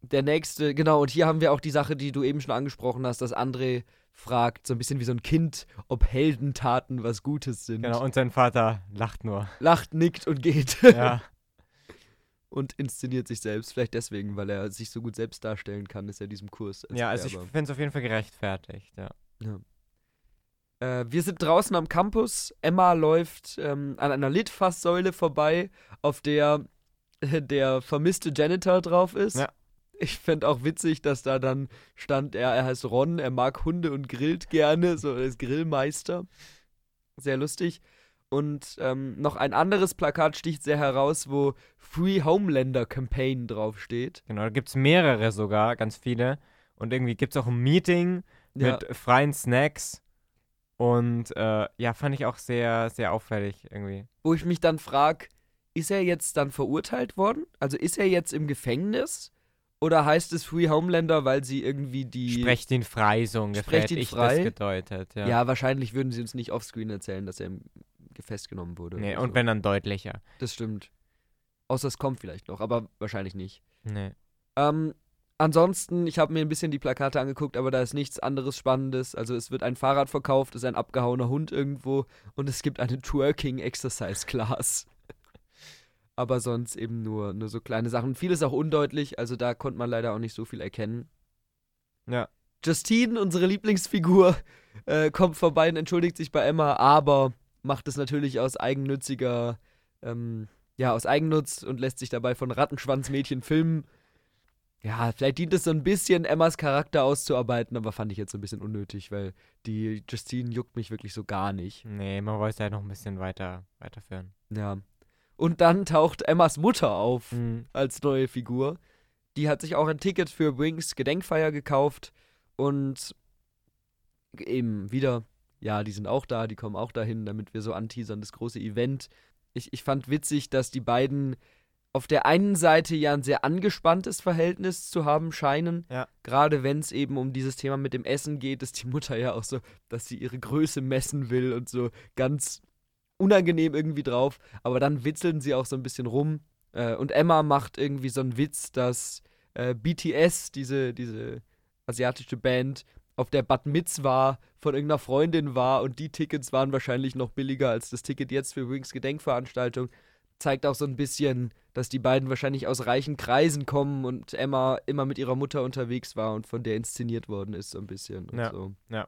Der nächste, genau, und hier haben wir auch die Sache, die du eben schon angesprochen hast, dass André fragt, so ein bisschen wie so ein Kind, ob Heldentaten was Gutes sind. Genau, und sein Vater lacht nur. Lacht, nickt und geht. Ja, Und inszeniert sich selbst. Vielleicht deswegen, weil er sich so gut selbst darstellen kann, ist er diesem Kurs. ja, also ich finde es auf jeden Fall gerechtfertigt, ja. Wir sind draußen am Campus. Emma läuft an einer Litfaßsäule vorbei, auf der der vermisste Janitor drauf ist. Ja. Ich fände auch witzig, dass da dann stand, er heißt Ron, er mag Hunde und grillt gerne, so als Grillmeister. Sehr lustig. Und noch ein anderes Plakat sticht sehr heraus, wo Free Homelander Campaign draufsteht. Genau, da gibt es mehrere sogar, ganz viele. Und irgendwie gibt es auch ein Meeting Ja. mit freien Snacks. Und ja, fand ich auch sehr, sehr auffällig irgendwie. Wo ich mich dann frage, ist er jetzt dann verurteilt worden? Also ist er jetzt im Gefängnis? Oder heißt es Free Homelander, weil sie irgendwie die... Sprecht ihn frei, so ungefähr, Sprecht hätte ihn ich frei? das gedeutet. Ja, Ja, wahrscheinlich würden sie uns nicht offscreen erzählen, dass er festgenommen wurde. nee, oder und so. wenn dann deutlicher. Das stimmt. Außer es kommt vielleicht noch, aber wahrscheinlich nicht. Nee. Ansonsten, ich habe mir ein bisschen die Plakate angeguckt, aber da ist nichts anderes Spannendes. Also es wird ein Fahrrad verkauft, ist ein abgehauener Hund irgendwo und es gibt eine Twerking Exercise Class. Aber sonst eben nur so kleine Sachen. Vieles auch undeutlich, also da konnte man leider auch nicht so viel erkennen. Ja. Justine, unsere Lieblingsfigur, kommt vorbei und entschuldigt sich bei Emma, aber macht es natürlich aus eigennütziger, aus Eigennutz und lässt sich dabei von Rattenschwanzmädchen filmen. Ja, vielleicht dient es so ein bisschen, Emmas Charakter auszuarbeiten, aber fand ich jetzt so ein bisschen unnötig, weil die Justine juckt mich wirklich so gar nicht. Nee, man wollte es halt noch ein bisschen weiterführen. Ja. Und dann taucht Emmas Mutter auf Mhm. als neue Figur. Die hat sich auch ein Ticket für Wings Gedenkfeier gekauft und eben wieder, ja, die sind auch da, die kommen auch dahin, damit wir so anteasern, das große Event. Ich fand witzig, dass die beiden auf der einen Seite ja ein sehr angespanntes Verhältnis zu haben scheinen. Ja. Gerade wenn es eben um dieses Thema mit dem Essen geht, ist die Mutter ja auch so, dass sie ihre Größe messen will und so ganz unangenehm irgendwie drauf. Aber dann witzeln sie auch so ein bisschen rum. Und Emma macht irgendwie so einen Witz, dass BTS, diese asiatische Band, auf der Bat Mitzvah von irgendeiner Freundin war und die Tickets waren wahrscheinlich noch billiger als das Ticket jetzt für Wings Gedenkveranstaltung. Zeigt auch so ein bisschen, dass die beiden wahrscheinlich aus reichen Kreisen kommen und Emma immer mit ihrer Mutter unterwegs war und von der inszeniert worden ist, so ein bisschen. Und Ja. so.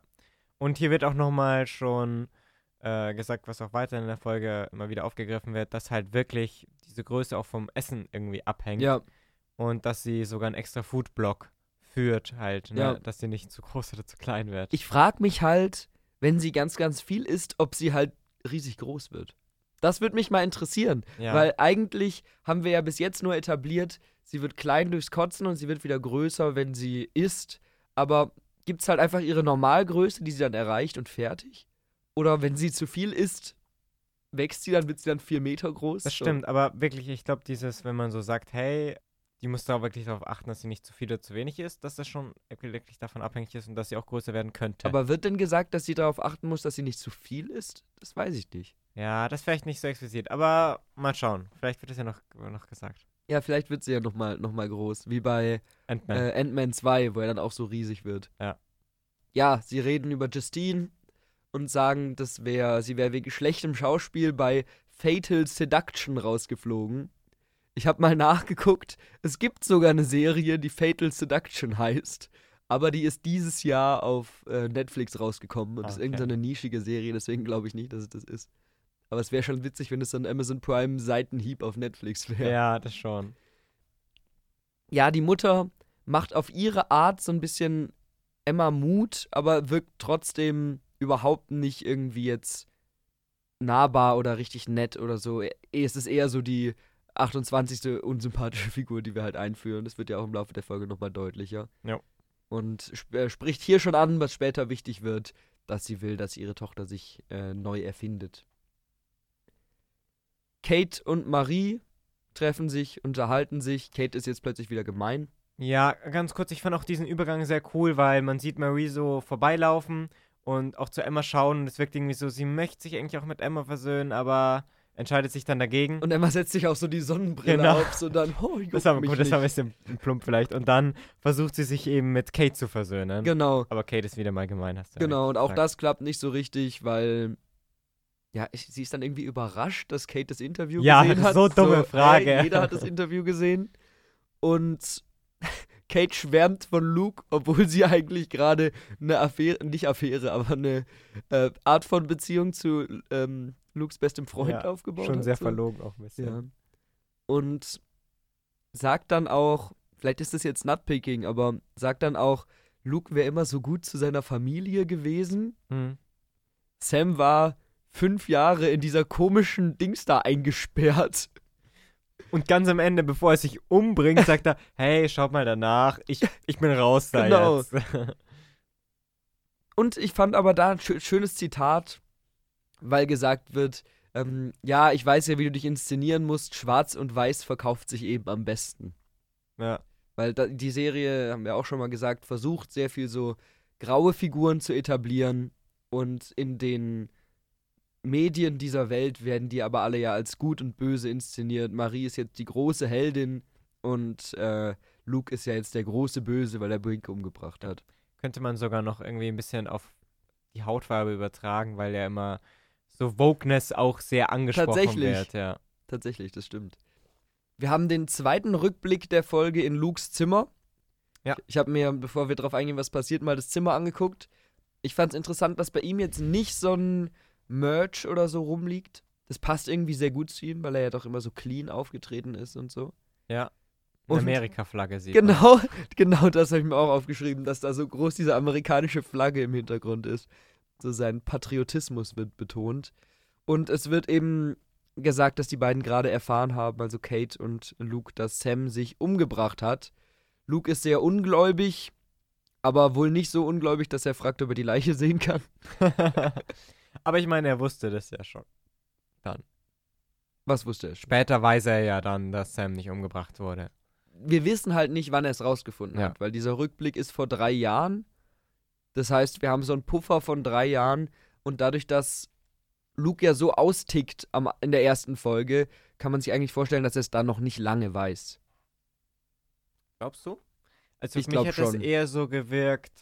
Und hier wird auch nochmal schon gesagt, was auch weiter in der Folge immer wieder aufgegriffen wird, dass halt wirklich diese Größe auch vom Essen irgendwie abhängt. Ja, Und dass sie sogar einen extra Foodblock führt halt, ne? Ja. Dass sie nicht zu groß oder zu klein wird. ich frage mich halt, wenn sie ganz, ganz viel isst, ob sie halt riesig groß wird. Das würde mich mal interessieren, Ja. weil eigentlich haben wir ja bis jetzt nur etabliert, sie wird klein durchs Kotzen und sie wird wieder größer, wenn sie isst. Aber gibt es halt einfach ihre Normalgröße, die sie dann erreicht und fertig? Oder wenn sie zu viel isst, wächst sie dann, wird sie dann 4 Meter groß? Das stimmt, aber wirklich, ich glaube, wenn man so sagt, hey, die muss da wirklich darauf achten, dass sie nicht zu viel oder zu wenig ist, dass das schon wirklich davon abhängig ist und dass sie auch größer werden könnte. Aber wird denn gesagt, dass sie darauf achten muss, dass sie nicht zu viel isst? Das weiß ich nicht. Ja, das vielleicht nicht so explizit, aber mal schauen. Vielleicht wird es ja noch gesagt. Ja, vielleicht wird sie ja noch mal groß, wie bei Ant-Man. Ant-Man 2, wo er dann auch so riesig wird. Ja. Ja, sie reden über Justine und sagen, sie wäre wegen schlechtem Schauspiel bei Fatal Seduction rausgeflogen. Ich habe mal nachgeguckt, es gibt sogar eine Serie, die Fatal Seduction heißt, aber die ist dieses Jahr auf Netflix rausgekommen und ist Okay. irgendeine nischige Serie, deswegen glaube ich nicht, dass es das ist. Aber es wäre schon witzig, wenn es so ein Amazon Prime Seitenhieb auf Netflix wäre. Ja, das schon. Ja, die Mutter macht auf ihre Art so ein bisschen Emma Mut, aber wirkt trotzdem überhaupt nicht irgendwie jetzt nahbar oder richtig nett oder so. Es ist eher so die 28. unsympathische Figur, die wir halt einführen. Das wird ja auch im Laufe der Folge nochmal deutlicher. Ja. Und spricht hier schon an, was später wichtig wird, dass sie will, dass ihre Tochter sich neu erfindet. Kate und Marie treffen sich, unterhalten sich. Kate ist jetzt plötzlich wieder gemein. Ja, ganz kurz, ich fand auch diesen Übergang sehr cool, weil man sieht Marie so vorbeilaufen und auch zu Emma schauen und es wirkt irgendwie so, sie möchte sich eigentlich auch mit Emma versöhnen, aber entscheidet sich dann dagegen. Und Emma setzt sich auch so die Sonnenbrille Genau. auf, so dann, juckt Das war mich gut, das war ein nicht. bisschen plump vielleicht. Und dann versucht sie sich eben mit Kate zu versöhnen. Genau, Aber Kate ist wieder mal gemein, hast du ja genau. Und richtig auch gesagt. das klappt nicht so richtig, weil, ja, sie ist dann irgendwie überrascht, dass Kate das Interview Ja, gesehen hat. so dumme Frage. Hey, jeder hat das Interview gesehen. Und Kate schwärmt von Luke, obwohl sie eigentlich gerade eine Affäre, nicht Affäre, aber eine Art von Beziehung zu Lukes bestem Freund Ja, aufgebaut Schon hat. sehr so. verlogen auch ein bisschen. Ja. Und sagt dann auch, vielleicht ist das jetzt Nutpicking, aber sagt dann auch, Luke wäre immer so gut zu seiner Familie gewesen. Hm. Sam war 5 Jahre in dieser komischen Dings da eingesperrt. Und ganz am Ende, bevor er sich umbringt, sagt er, hey, schaut mal danach, ich bin raus da Genau. jetzt. Und ich fand aber da ein schönes Zitat, weil gesagt wird, ja, ich weiß ja, wie du dich inszenieren musst, schwarz und weiß verkauft sich eben am besten. Ja. Weil die Serie, haben wir auch schon mal gesagt, versucht sehr viel so graue Figuren zu etablieren und in den Medien dieser Welt werden die aber alle ja als gut und böse inszeniert. Marie ist jetzt die große Heldin und Luke ist ja jetzt der große Böse, weil er Brink umgebracht hat. Könnte man sogar noch irgendwie ein bisschen auf die Hautfarbe übertragen, weil ja immer so Wokeness auch sehr angesprochen Tatsächlich. wird. Ja. Tatsächlich, das stimmt. Wir haben den zweiten Rückblick der Folge in Lukes Zimmer. Ja. Ich habe mir, bevor wir drauf eingehen, was passiert, mal das Zimmer angeguckt. Ich fand es interessant, dass bei ihm jetzt nicht so ein Merch oder so rumliegt. Das passt irgendwie sehr gut zu ihm, weil er ja doch immer so clean aufgetreten ist und so. Ja. Und- Eine Amerika-Flagge sieht man. Genau das habe ich mir auch aufgeschrieben, dass da so groß diese amerikanische Flagge im Hintergrund ist. So sein Patriotismus wird betont. Und es wird eben gesagt, dass die beiden gerade erfahren haben, also Kate und Luke, dass Sam sich umgebracht hat. Luke ist sehr ungläubig, aber wohl nicht so ungläubig, dass er fragt, ob er die Leiche sehen kann. Aber ich meine, er wusste das ja schon. Was wusste er schon? Später weiß er ja dann, dass Sam nicht umgebracht wurde. Wir wissen halt nicht, wann er es rausgefunden Ja. hat, weil dieser Rückblick ist vor 3 Jahren. Das heißt, wir haben so einen Puffer von 3 Jahren und dadurch, dass Luke ja so austickt in der ersten Folge, kann man sich eigentlich vorstellen, dass er es dann noch nicht lange weiß. Glaubst du? Also Ich für glaub mich hat es schon. eher so gewirkt,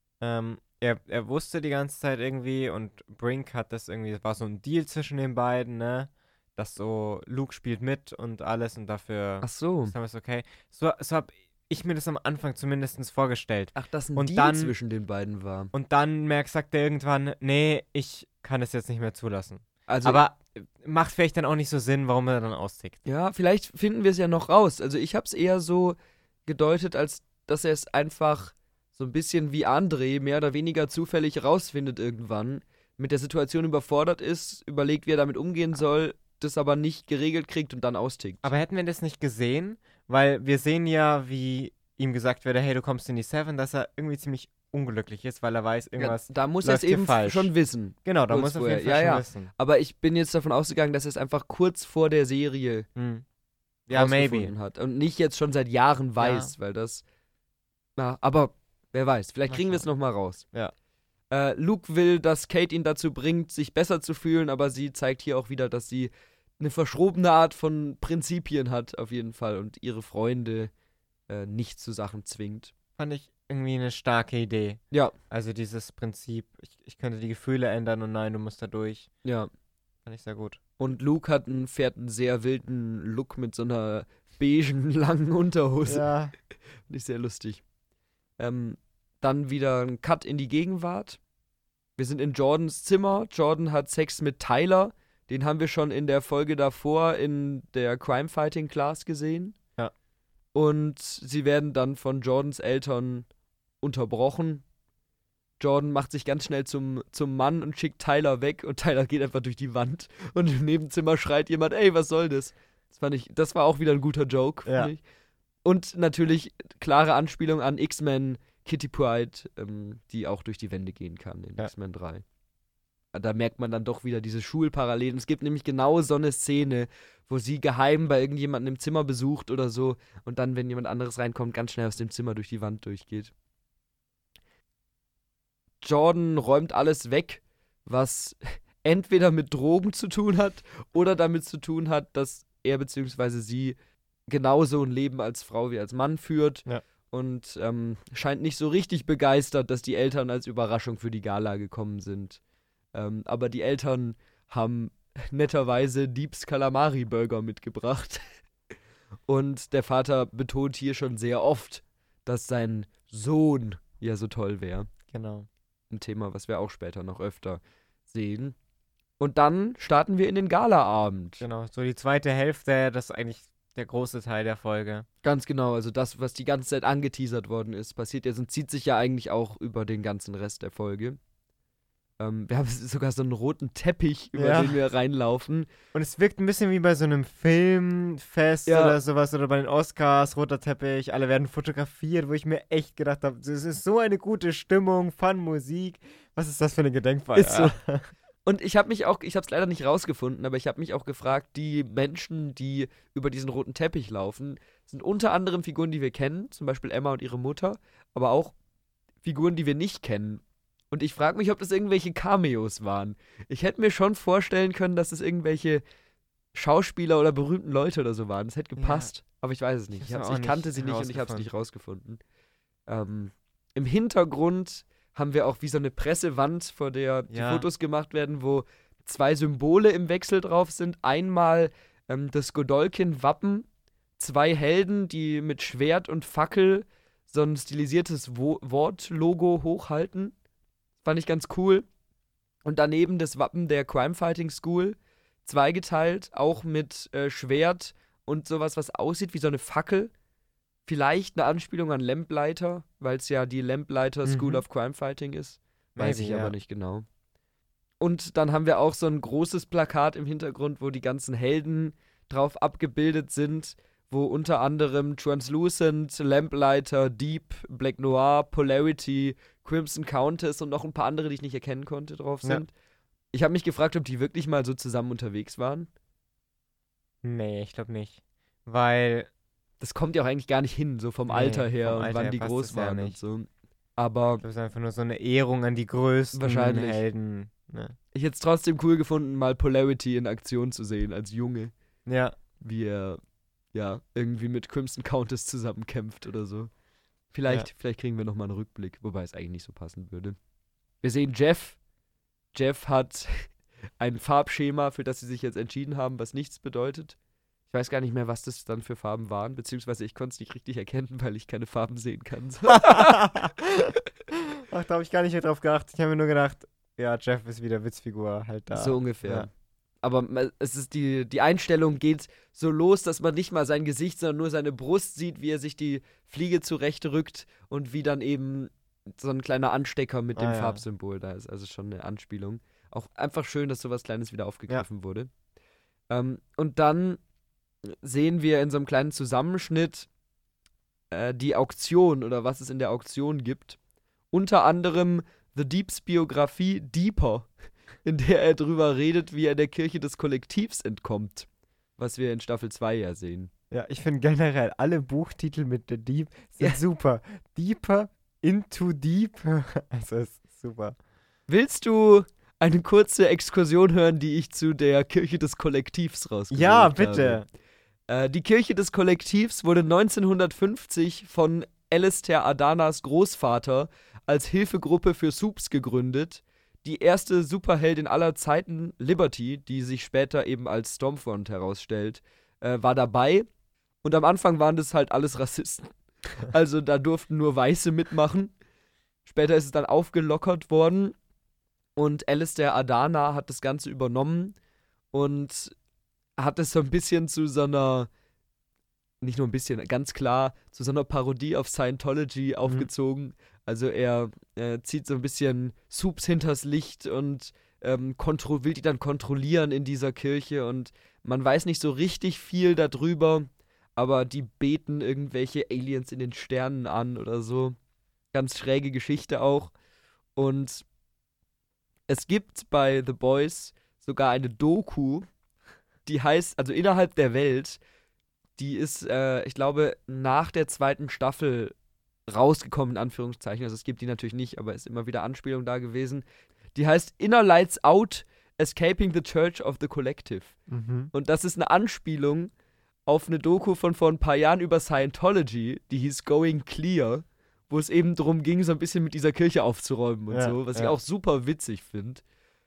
er wusste die ganze Zeit irgendwie und Brink hat das irgendwie, das war so ein Deal zwischen den beiden, ne? Dass so, Luke spielt mit und alles und dafür Ach so. ist alles okay. So habe ich mir das am Anfang zumindest vorgestellt. Ach, dass ein Und Deal dann- zwischen den beiden war. Und dann sagt er irgendwann, nee, ich kann es jetzt nicht mehr zulassen. Also, Aber macht vielleicht dann auch nicht so Sinn, warum er dann austickt. ja, vielleicht finden wir es ja noch raus. Also ich habe es eher so gedeutet, als dass er es einfach so ein bisschen wie André mehr oder weniger zufällig rausfindet irgendwann, mit der Situation überfordert ist, überlegt, wie er damit umgehen soll, das aber nicht geregelt kriegt und dann austickt. Aber hätten wir das nicht gesehen? Weil wir sehen ja, wie ihm gesagt wird, hey, du kommst in die Seven, dass er irgendwie ziemlich unglücklich ist, weil er weiß, ja, irgendwas. da muss er es läuft hier eben falsch. schon wissen. Genau, da kurz muss er auf vorher. jeden Fall Ja, schon ja. wissen. Aber ich bin jetzt davon ausgegangen, dass er es einfach kurz vor der Serie Hm. Ja, maybe. rausgefunden hat und nicht jetzt schon seit Jahren weiß, weil das. Na, aber wer weiß, vielleicht Mal kriegen wir es schauen. nochmal raus. Ja. Luke will, dass Kate ihn dazu bringt, sich besser zu fühlen, aber sie zeigt hier auch wieder, dass sie eine verschrobene Art von Prinzipien hat, auf jeden Fall, und ihre Freunde nicht zu Sachen zwingt. Fand ich irgendwie eine starke Idee. Ja. Also dieses Prinzip, ich könnte die Gefühle ändern und nein, du musst da durch. Ja. Fand ich sehr gut. Und Luke fährt einen sehr wilden Look mit so einer beigen, langen Unterhose. Ja. Finde ich sehr lustig. Dann wieder ein Cut in die Gegenwart. Wir sind in Jordans Zimmer. Jordan hat Sex mit Tyler. Den haben wir schon in der Folge davor in der Crime Fighting Class gesehen. Ja. Und sie werden dann von Jordans Eltern unterbrochen. Jordan macht sich ganz schnell zum Mann und schickt Tyler weg und Tyler geht einfach durch die Wand und im Nebenzimmer schreit jemand, ey, was soll das? Das war auch wieder ein guter Joke, Ja. finde ich. Und natürlich klare Anspielung an X-Men Kitty Pryde, die auch durch die Wände gehen kann in Ja. X-Men 3. Da merkt man dann doch wieder diese Schulparallelen. Es gibt nämlich genau so eine Szene, wo sie geheim bei irgendjemandem im Zimmer besucht oder so und dann, wenn jemand anderes reinkommt, ganz schnell aus dem Zimmer durch die Wand durchgeht. Jordan räumt alles weg, was entweder mit Drogen zu tun hat oder damit zu tun hat, dass er bzw. sie genauso ein Leben als Frau wie als Mann führt. Ja. Und scheint nicht so richtig begeistert, dass die Eltern als Überraschung für die Gala gekommen sind. Aber die Eltern haben netterweise Deeps Calamari Burger mitgebracht. Und der Vater betont hier schon sehr oft, dass sein Sohn ja so toll wäre. Genau. Ein Thema, was wir auch später noch öfter sehen. Und dann starten wir in den Galaabend. Genau, so die zweite Hälfte, das ist eigentlich der große Teil der Folge. Ganz genau, also das, was die ganze Zeit angeteasert worden ist, passiert jetzt und zieht sich ja eigentlich auch über den ganzen Rest der Folge. Wir haben sogar so einen roten Teppich, über den wir reinlaufen. Und es wirkt ein bisschen wie bei so einem Filmfest oder sowas oder bei den Oscars, roter Teppich, alle werden fotografiert, wo ich mir echt gedacht habe, es ist so eine gute Stimmung, Fun, Musik. Was ist das für eine Gedenkfeier? Ist so. Und ich habe es leider nicht rausgefunden, aber ich habe mich auch gefragt, die Menschen, die über diesen roten Teppich laufen, sind unter anderem Figuren, die wir kennen, zum Beispiel Emma und ihre Mutter, aber auch Figuren, die wir nicht kennen. Und ich frage mich, ob das irgendwelche Cameos waren. Ich hätte mir schon vorstellen können, dass es irgendwelche Schauspieler oder berühmten Leute oder so waren. Das hätte gepasst, aber ich weiß es nicht. Ich kannte sie nicht und ich habe es nicht rausgefunden. Im Hintergrund haben wir auch wie so eine Pressewand, vor der die Fotos gemacht werden, wo 2 Symbole im Wechsel drauf sind. Einmal das Godolkin-Wappen, 2 Helden, die mit Schwert und Fackel so ein stilisiertes Wortlogo hochhalten. Fand ich ganz cool. Und daneben das Wappen der Crime Fighting School, zweigeteilt, auch mit Schwert und sowas, was aussieht wie so eine Fackel. Vielleicht eine Anspielung an Lamplighter, weil es ja die Lamplighter School of Crime Fighting ist. Weiß ich aber nicht genau. Und dann haben wir auch so ein großes Plakat im Hintergrund, wo die ganzen Helden drauf abgebildet sind, wo unter anderem Translucent, Lamplighter, Deep, Black Noir, Polarity, Crimson Countess und noch ein paar andere, die ich nicht erkennen konnte, drauf sind. Ja. Ich habe mich gefragt, ob die wirklich mal so zusammen unterwegs waren. Nee, ich glaube nicht. Weil das kommt ja auch eigentlich gar nicht hin, so vom Alter her und wann die groß waren und so. Aber das ist einfach nur so eine Ehrung an die größten Helden. Ne? Ich hätte es trotzdem cool gefunden, mal Polarity in Aktion zu sehen als Junge. Ja. Wie er irgendwie mit Crimson Countess zusammenkämpft oder so. Vielleicht kriegen wir nochmal einen Rückblick, wobei es eigentlich nicht so passen würde. Wir sehen Jeff. Jeff hat ein Farbschema, für das sie sich jetzt entschieden haben, was nichts bedeutet. Ich weiß gar nicht mehr, was das dann für Farben waren, beziehungsweise ich konnte es nicht richtig erkennen, weil ich keine Farben sehen kann. Ach, da habe ich gar nicht mehr drauf geachtet. Ich habe mir nur gedacht, ja, Jeff ist wieder Witzfigur halt da. So ungefähr. Ja. Aber es ist die Einstellung geht so los, dass man nicht mal sein Gesicht, sondern nur seine Brust sieht, wie er sich die Fliege zurechtrückt und wie dann eben so ein kleiner Anstecker mit dem Farbsymbol da ist. Also schon eine Anspielung. Auch einfach schön, dass sowas Kleines wieder aufgegriffen wurde. Und dann sehen wir in so einem kleinen Zusammenschnitt die Auktion oder was es in der Auktion gibt. Unter anderem The Deeps Biografie Deeper, in der er drüber redet, wie er der Kirche des Kollektivs entkommt. Was wir in Staffel 2 ja sehen. Ja, ich finde generell alle Buchtitel mit The Deep sind super. Deeper, Into Deep, also ist super. Willst du eine kurze Exkursion hören, die ich zu der Kirche des Kollektivs rausgesucht habe? Ja, bitte. Die Kirche des Kollektivs wurde 1950 von Alistair Adanas Großvater als Hilfegruppe für Supes gegründet. Die erste Superheldin aller Zeiten, Liberty, die sich später eben als Stormfront herausstellt, war dabei. Und am Anfang waren das halt alles Rassisten. Also da durften nur Weiße mitmachen. Später ist es dann aufgelockert worden. Und Alistair Adana hat das Ganze übernommen und hat es so ein bisschen zu so einer, nicht nur ein bisschen, ganz klar, zu so einer Parodie auf Scientology aufgezogen. Also er zieht so ein bisschen Supes hinters Licht und will die dann kontrollieren in dieser Kirche und man weiß nicht so richtig viel darüber, aber die beten irgendwelche Aliens in den Sternen an oder so. Ganz schräge Geschichte auch. Und es gibt bei The Boys sogar eine Doku, die heißt, also innerhalb der Welt, die ist, ich glaube, nach der 2. Staffel rausgekommen, in Anführungszeichen. Also es gibt die natürlich nicht, aber ist immer wieder Anspielung da gewesen. Die heißt Inner Lights Out, Escaping the Church of the Collective. Mhm. Und das ist eine Anspielung auf eine Doku von vor ein paar Jahren über Scientology, die hieß Going Clear, wo es eben darum ging, so ein bisschen mit dieser Kirche aufzuräumen und Ja, so, was ich ja. auch super witzig finde.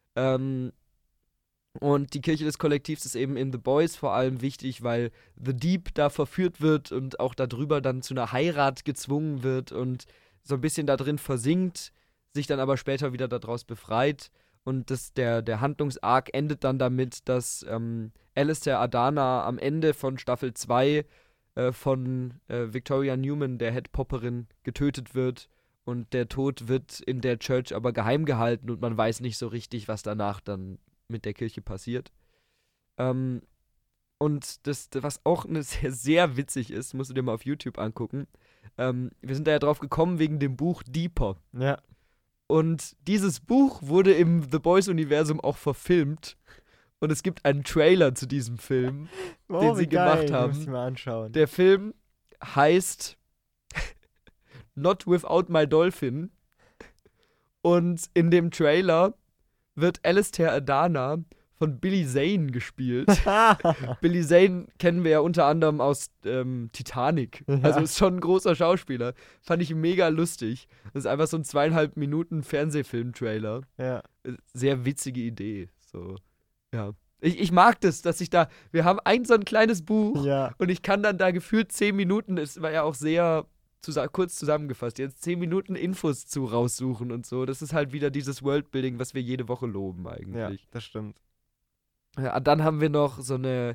Und die Kirche des Kollektivs ist eben in The Boys vor allem wichtig, weil The Deep da verführt wird und auch darüber dann zu einer Heirat gezwungen wird und so ein bisschen da drin versinkt, sich dann aber später wieder daraus befreit. Und der Handlungsarc endet dann damit, dass Alistair Adana am Ende von Staffel 2 von Victoria Newman, der Headpopperin, getötet wird. Und der Tod wird in der Church aber geheim gehalten und man weiß nicht so richtig, was danach dann mit der Kirche passiert. Und das, was auch sehr, sehr witzig ist, musst du dir mal auf YouTube angucken. Wir sind da ja drauf gekommen wegen dem Buch Deeper. Ja. Und dieses Buch wurde im The Boys-Universum auch verfilmt. Und es gibt einen Trailer zu diesem Film, den sie gemacht haben. Muss ich mal anschauen. Der Film heißt Not Without My Dolphin. Und in dem Trailer wird Alistair Adana von Billy Zane gespielt. Billy Zane kennen wir ja unter anderem aus Titanic. Ja. Also ist schon ein großer Schauspieler. Fand ich mega lustig. Das ist einfach so ein 2,5 Minuten Fernsehfilm-Trailer. Ja. Sehr witzige Idee. So, ja. Ich mag das, dass ich da. Wir haben so ein kleines Buch Ja. und ich kann dann da gefühlt 10 Minuten, es war ja auch sehr kurz zusammengefasst, jetzt 10 Minuten Infos zu raussuchen und so. Das ist halt wieder dieses Worldbuilding, was wir jede Woche loben Ja, eigentlich. das stimmt. Ja, dann haben wir noch so eine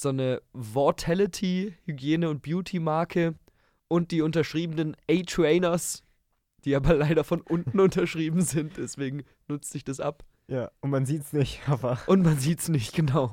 Vortality, Hygiene- und Beauty-Marke und die unterschriebenen A-Trainers, die aber leider von unten unterschrieben sind, deswegen nutzt sich das ab. Ja, und man sieht's nicht, aber. Und man sieht's nicht, genau.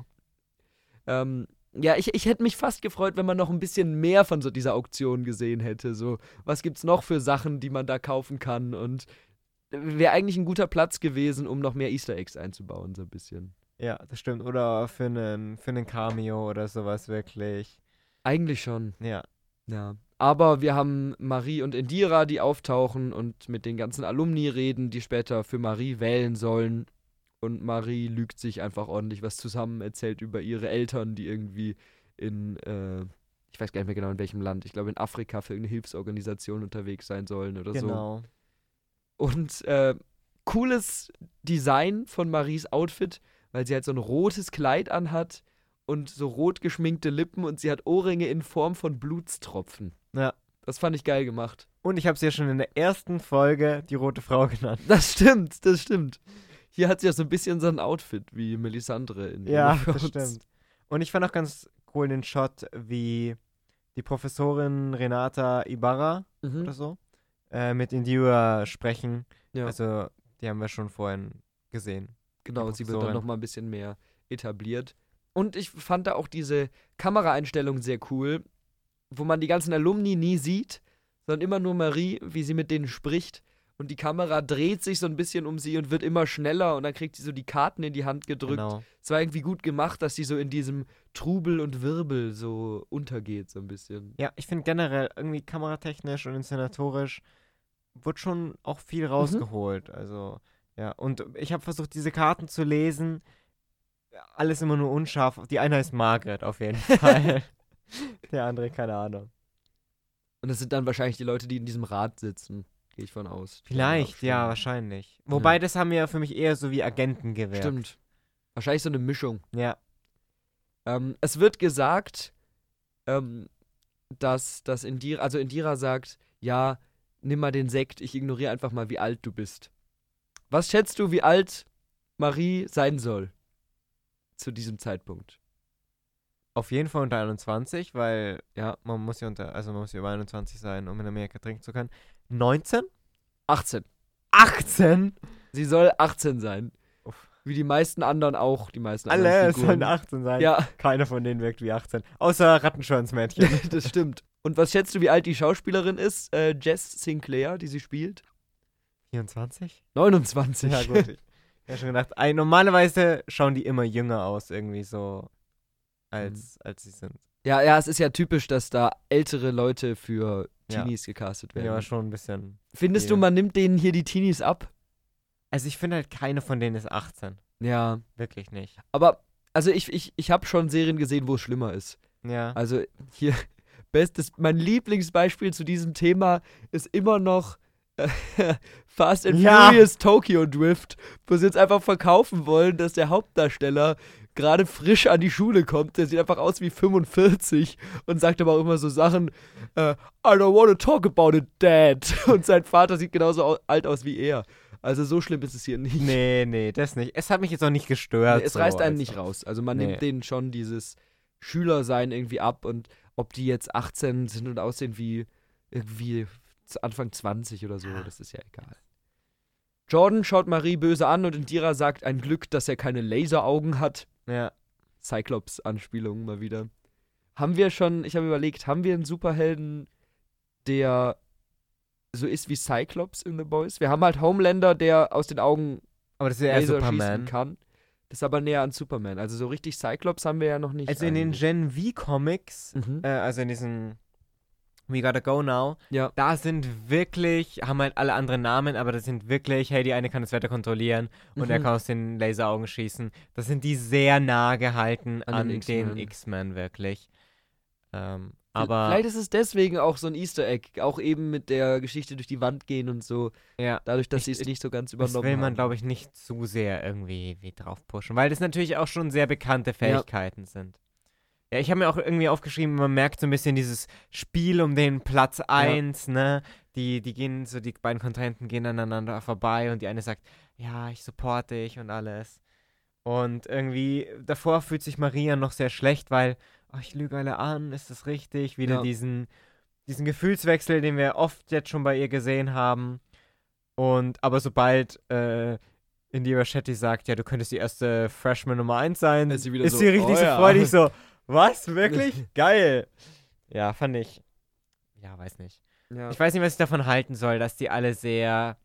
Ja, ich hätte mich fast gefreut, wenn man noch ein bisschen mehr von so dieser Auktion gesehen hätte. So, was gibt's noch für Sachen, die man da kaufen kann? Und wäre eigentlich ein guter Platz gewesen, um noch mehr Easter Eggs einzubauen, so ein bisschen. Ja, das stimmt. Oder für einen Cameo oder sowas wirklich. Eigentlich schon. Ja. Ja. Aber wir haben Marie und Indira, die auftauchen und mit den ganzen Alumni reden, die später für Marie wählen sollen. Und Marie lügt sich einfach ordentlich was zusammen, erzählt über ihre Eltern, die irgendwie in, ich weiß gar nicht mehr genau in welchem Land, ich glaube in Afrika für irgendeine Hilfsorganisation unterwegs sein sollen oder so. Genau. Und cooles Design von Maries Outfit, weil sie halt so ein rotes Kleid anhat und so rot geschminkte Lippen und sie hat Ohrringe in Form von Blutstropfen. Ja. Das fand ich geil gemacht. Und ich habe es ja schon in der ersten Folge die Rote Frau genannt. Das stimmt, das stimmt. Hier hat sie ja so ein bisschen so ein Outfit wie Melisandre in Ja, Game of das Thrones. stimmt. Und ich fand auch ganz cool den Shot, wie die Professorin Renata Ibarra oder Mhm. so mit Indira sprechen. Ja, Also, die haben wir schon vorhin gesehen. genau, die sie wird dann Professorin. nochmal ein bisschen mehr etabliert. Und ich fand da auch diese Kameraeinstellung sehr cool, wo man die ganzen Alumni nie sieht, sondern immer nur Marie, wie sie mit denen spricht. Und die Kamera dreht sich so ein bisschen um sie und wird immer schneller und dann kriegt sie so die Karten in die Hand gedrückt. Genau. Es war irgendwie gut gemacht, dass sie so in diesem Trubel und Wirbel so untergeht, so ein bisschen. Ja, ich finde generell irgendwie kameratechnisch und inszenatorisch wird schon auch viel rausgeholt. Also, ja. Und ich habe versucht, diese Karten zu lesen. Alles immer nur unscharf. Die eine heißt Margaret auf jeden Fall. Der andere, keine Ahnung. Und das sind dann wahrscheinlich die Leute, die in diesem Rad sitzen, gehe ich von aus. Die Vielleicht, dann ja, abstimmen. wahrscheinlich. Wobei, das haben wir für mich eher so wie Agenten gewährt. Stimmt. Wahrscheinlich so eine Mischung. Ja, Es wird gesagt, dass Indira sagt, ja, nimm mal den Sekt, ich ignoriere einfach mal, wie alt du bist. Was schätzt du, wie alt Marie sein soll zu diesem Zeitpunkt? auf jeden Fall unter 21, weil Ja, man muss ja über 21 sein, um in Amerika trinken zu können. 19? 18. 18? Sie soll 18 sein. Uff. Wie die meisten anderen auch, die meisten Alle anderen sollen Figuren. 18 sein. Ja, Keiner von denen wirkt wie 18. Außer Rattenschwanzmädchen. das stimmt. Und was schätzt du, wie alt die Schauspielerin ist? Jess Sinclair, die sie spielt? 24? 29. Ja, gut. Ich habe schon gedacht, normalerweise schauen die immer jünger aus, irgendwie so, als sie sind. Ja, es ist ja typisch, dass da ältere Leute für Ja. Teenies gecastet Bin werden. aber schon ein bisschen. Findest viel. du, man nimmt denen hier die Teenies ab? Also, ich finde halt, keine von denen ist 18. Ja, Wirklich nicht. aber, also ich habe schon Serien gesehen, wo es schlimmer ist. Ja. Also hier, mein Lieblingsbeispiel zu diesem Thema ist immer noch Fast and Ja. Furious Tokyo Drift, wo sie jetzt einfach verkaufen wollen, dass der Hauptdarsteller gerade frisch an die Schule kommt. Der sieht einfach aus wie 45 und sagt aber auch immer so Sachen, I don't want to talk about it, Dad. Und sein Vater sieht genauso alt aus wie er. Also so schlimm ist es hier nicht. Nee, das nicht. Es hat mich jetzt auch nicht gestört. Nee, es so, reißt einen also. nicht raus. Also man Nee. nimmt denen schon dieses Schülersein irgendwie ab und ob die jetzt 18 sind und aussehen wie irgendwie Anfang 20 oder so, das ist ja egal. Jordan schaut Marie böse an und Indira sagt, ein Glück, dass er keine Laseraugen hat. Ja. Cyclops-Anspielung mal wieder. Ich habe überlegt, haben wir einen Superhelden, der so ist wie Cyclops in The Boys? Wir haben halt Homelander, der aus den Augen Aber das ist ja eher Laser schießen Superman. kann. Das ist aber näher an Superman. Also so richtig Cyclops haben wir ja noch nicht. Also in den eigentlich. Gen V-Comics, Mhm. also in diesen We Gotta Go Now, Ja. da sind wirklich, haben halt alle andere Namen, aber das sind wirklich, hey, die eine kann das Wetter kontrollieren und er Mhm. kann aus den Laseraugen schießen. Das sind die sehr nah gehalten An an den X-Men. den X-Men, wirklich. Aber Vielleicht ist es deswegen auch so ein Easter Egg, auch eben mit der Geschichte durch die Wand gehen und so, ja, dadurch, dass Ich- sie es ich- nicht so ganz das übernommen will man, haben. glaube ich, nicht zu sehr irgendwie wie drauf pushen, weil das natürlich auch schon sehr bekannte Fähigkeiten sind. Ja, ich habe mir auch irgendwie aufgeschrieben, man merkt so ein bisschen dieses Spiel um den Platz 1, ne? Die gehen so, die beiden Kontrahenten gehen aneinander vorbei und die eine sagt, ja, ich supporte dich und alles. Und irgendwie, davor fühlt sich Maria noch sehr schlecht, weil, ich lüge alle an, ist das richtig? Wieder Ja. diesen Gefühlswechsel, den wir oft jetzt schon bei ihr gesehen haben. Aber sobald Indira Shetty sagt, ja, du könntest die erste Freshman Nummer 1 sein, Ist sie wieder ist so, sie richtig oh so ja. freudig, so, was, wirklich? Geil. Ja, fand ich, ja, weiß nicht. Ja. Ich weiß nicht, was ich davon halten soll, dass die alle sehr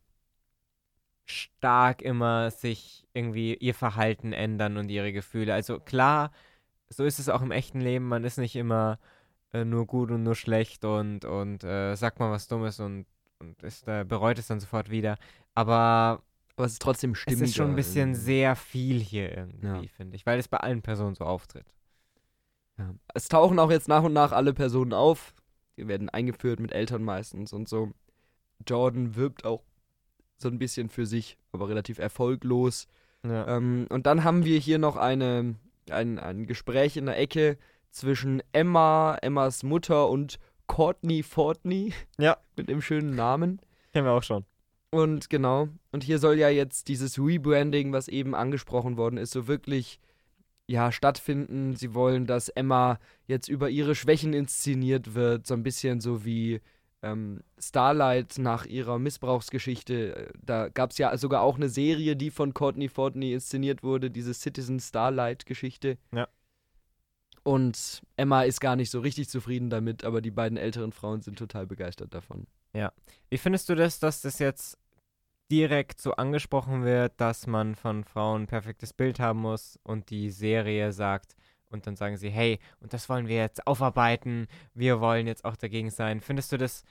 stark immer sich irgendwie ihr Verhalten ändern und ihre Gefühle. Also klar, so ist es auch im echten Leben, man ist nicht immer nur gut und nur schlecht und sagt mal was Dummes und bereut es dann sofort wieder. Aber Aber es ist trotzdem es stimmiger. ist schon ein bisschen irgendwie. sehr viel hier irgendwie, Ja. finde ich, weil es bei allen Personen so auftritt. Ja. Es tauchen auch jetzt nach und nach alle Personen auf. Die werden eingeführt mit Eltern meistens und so. Jordan wirbt auch so ein bisschen für sich, aber relativ erfolglos. Ja. Und dann haben wir hier noch ein Gespräch in der Ecke zwischen Emmas Mutter und Courtney Fortney. Ja. Mit dem schönen Namen. Kennen wir auch schon. Und genau, und hier soll ja jetzt dieses Rebranding, was eben angesprochen worden ist, so wirklich stattfinden. Sie wollen, dass Emma jetzt über ihre Schwächen inszeniert wird, so ein bisschen so wie Starlight nach ihrer Missbrauchsgeschichte. Da gab es ja sogar auch eine Serie, die von Courtney Fortney inszeniert wurde, diese Citizen Starlight-Geschichte. Ja. Und Emma ist gar nicht so richtig zufrieden damit, aber die beiden älteren Frauen sind total begeistert davon. Wie findest du das, dass das jetzt direkt so angesprochen wird, dass man von Frauen ein perfektes Bild haben muss und die Serie sagt und dann sagen sie, hey, und das wollen wir jetzt aufarbeiten, wir wollen jetzt auch dagegen sein. Findest du das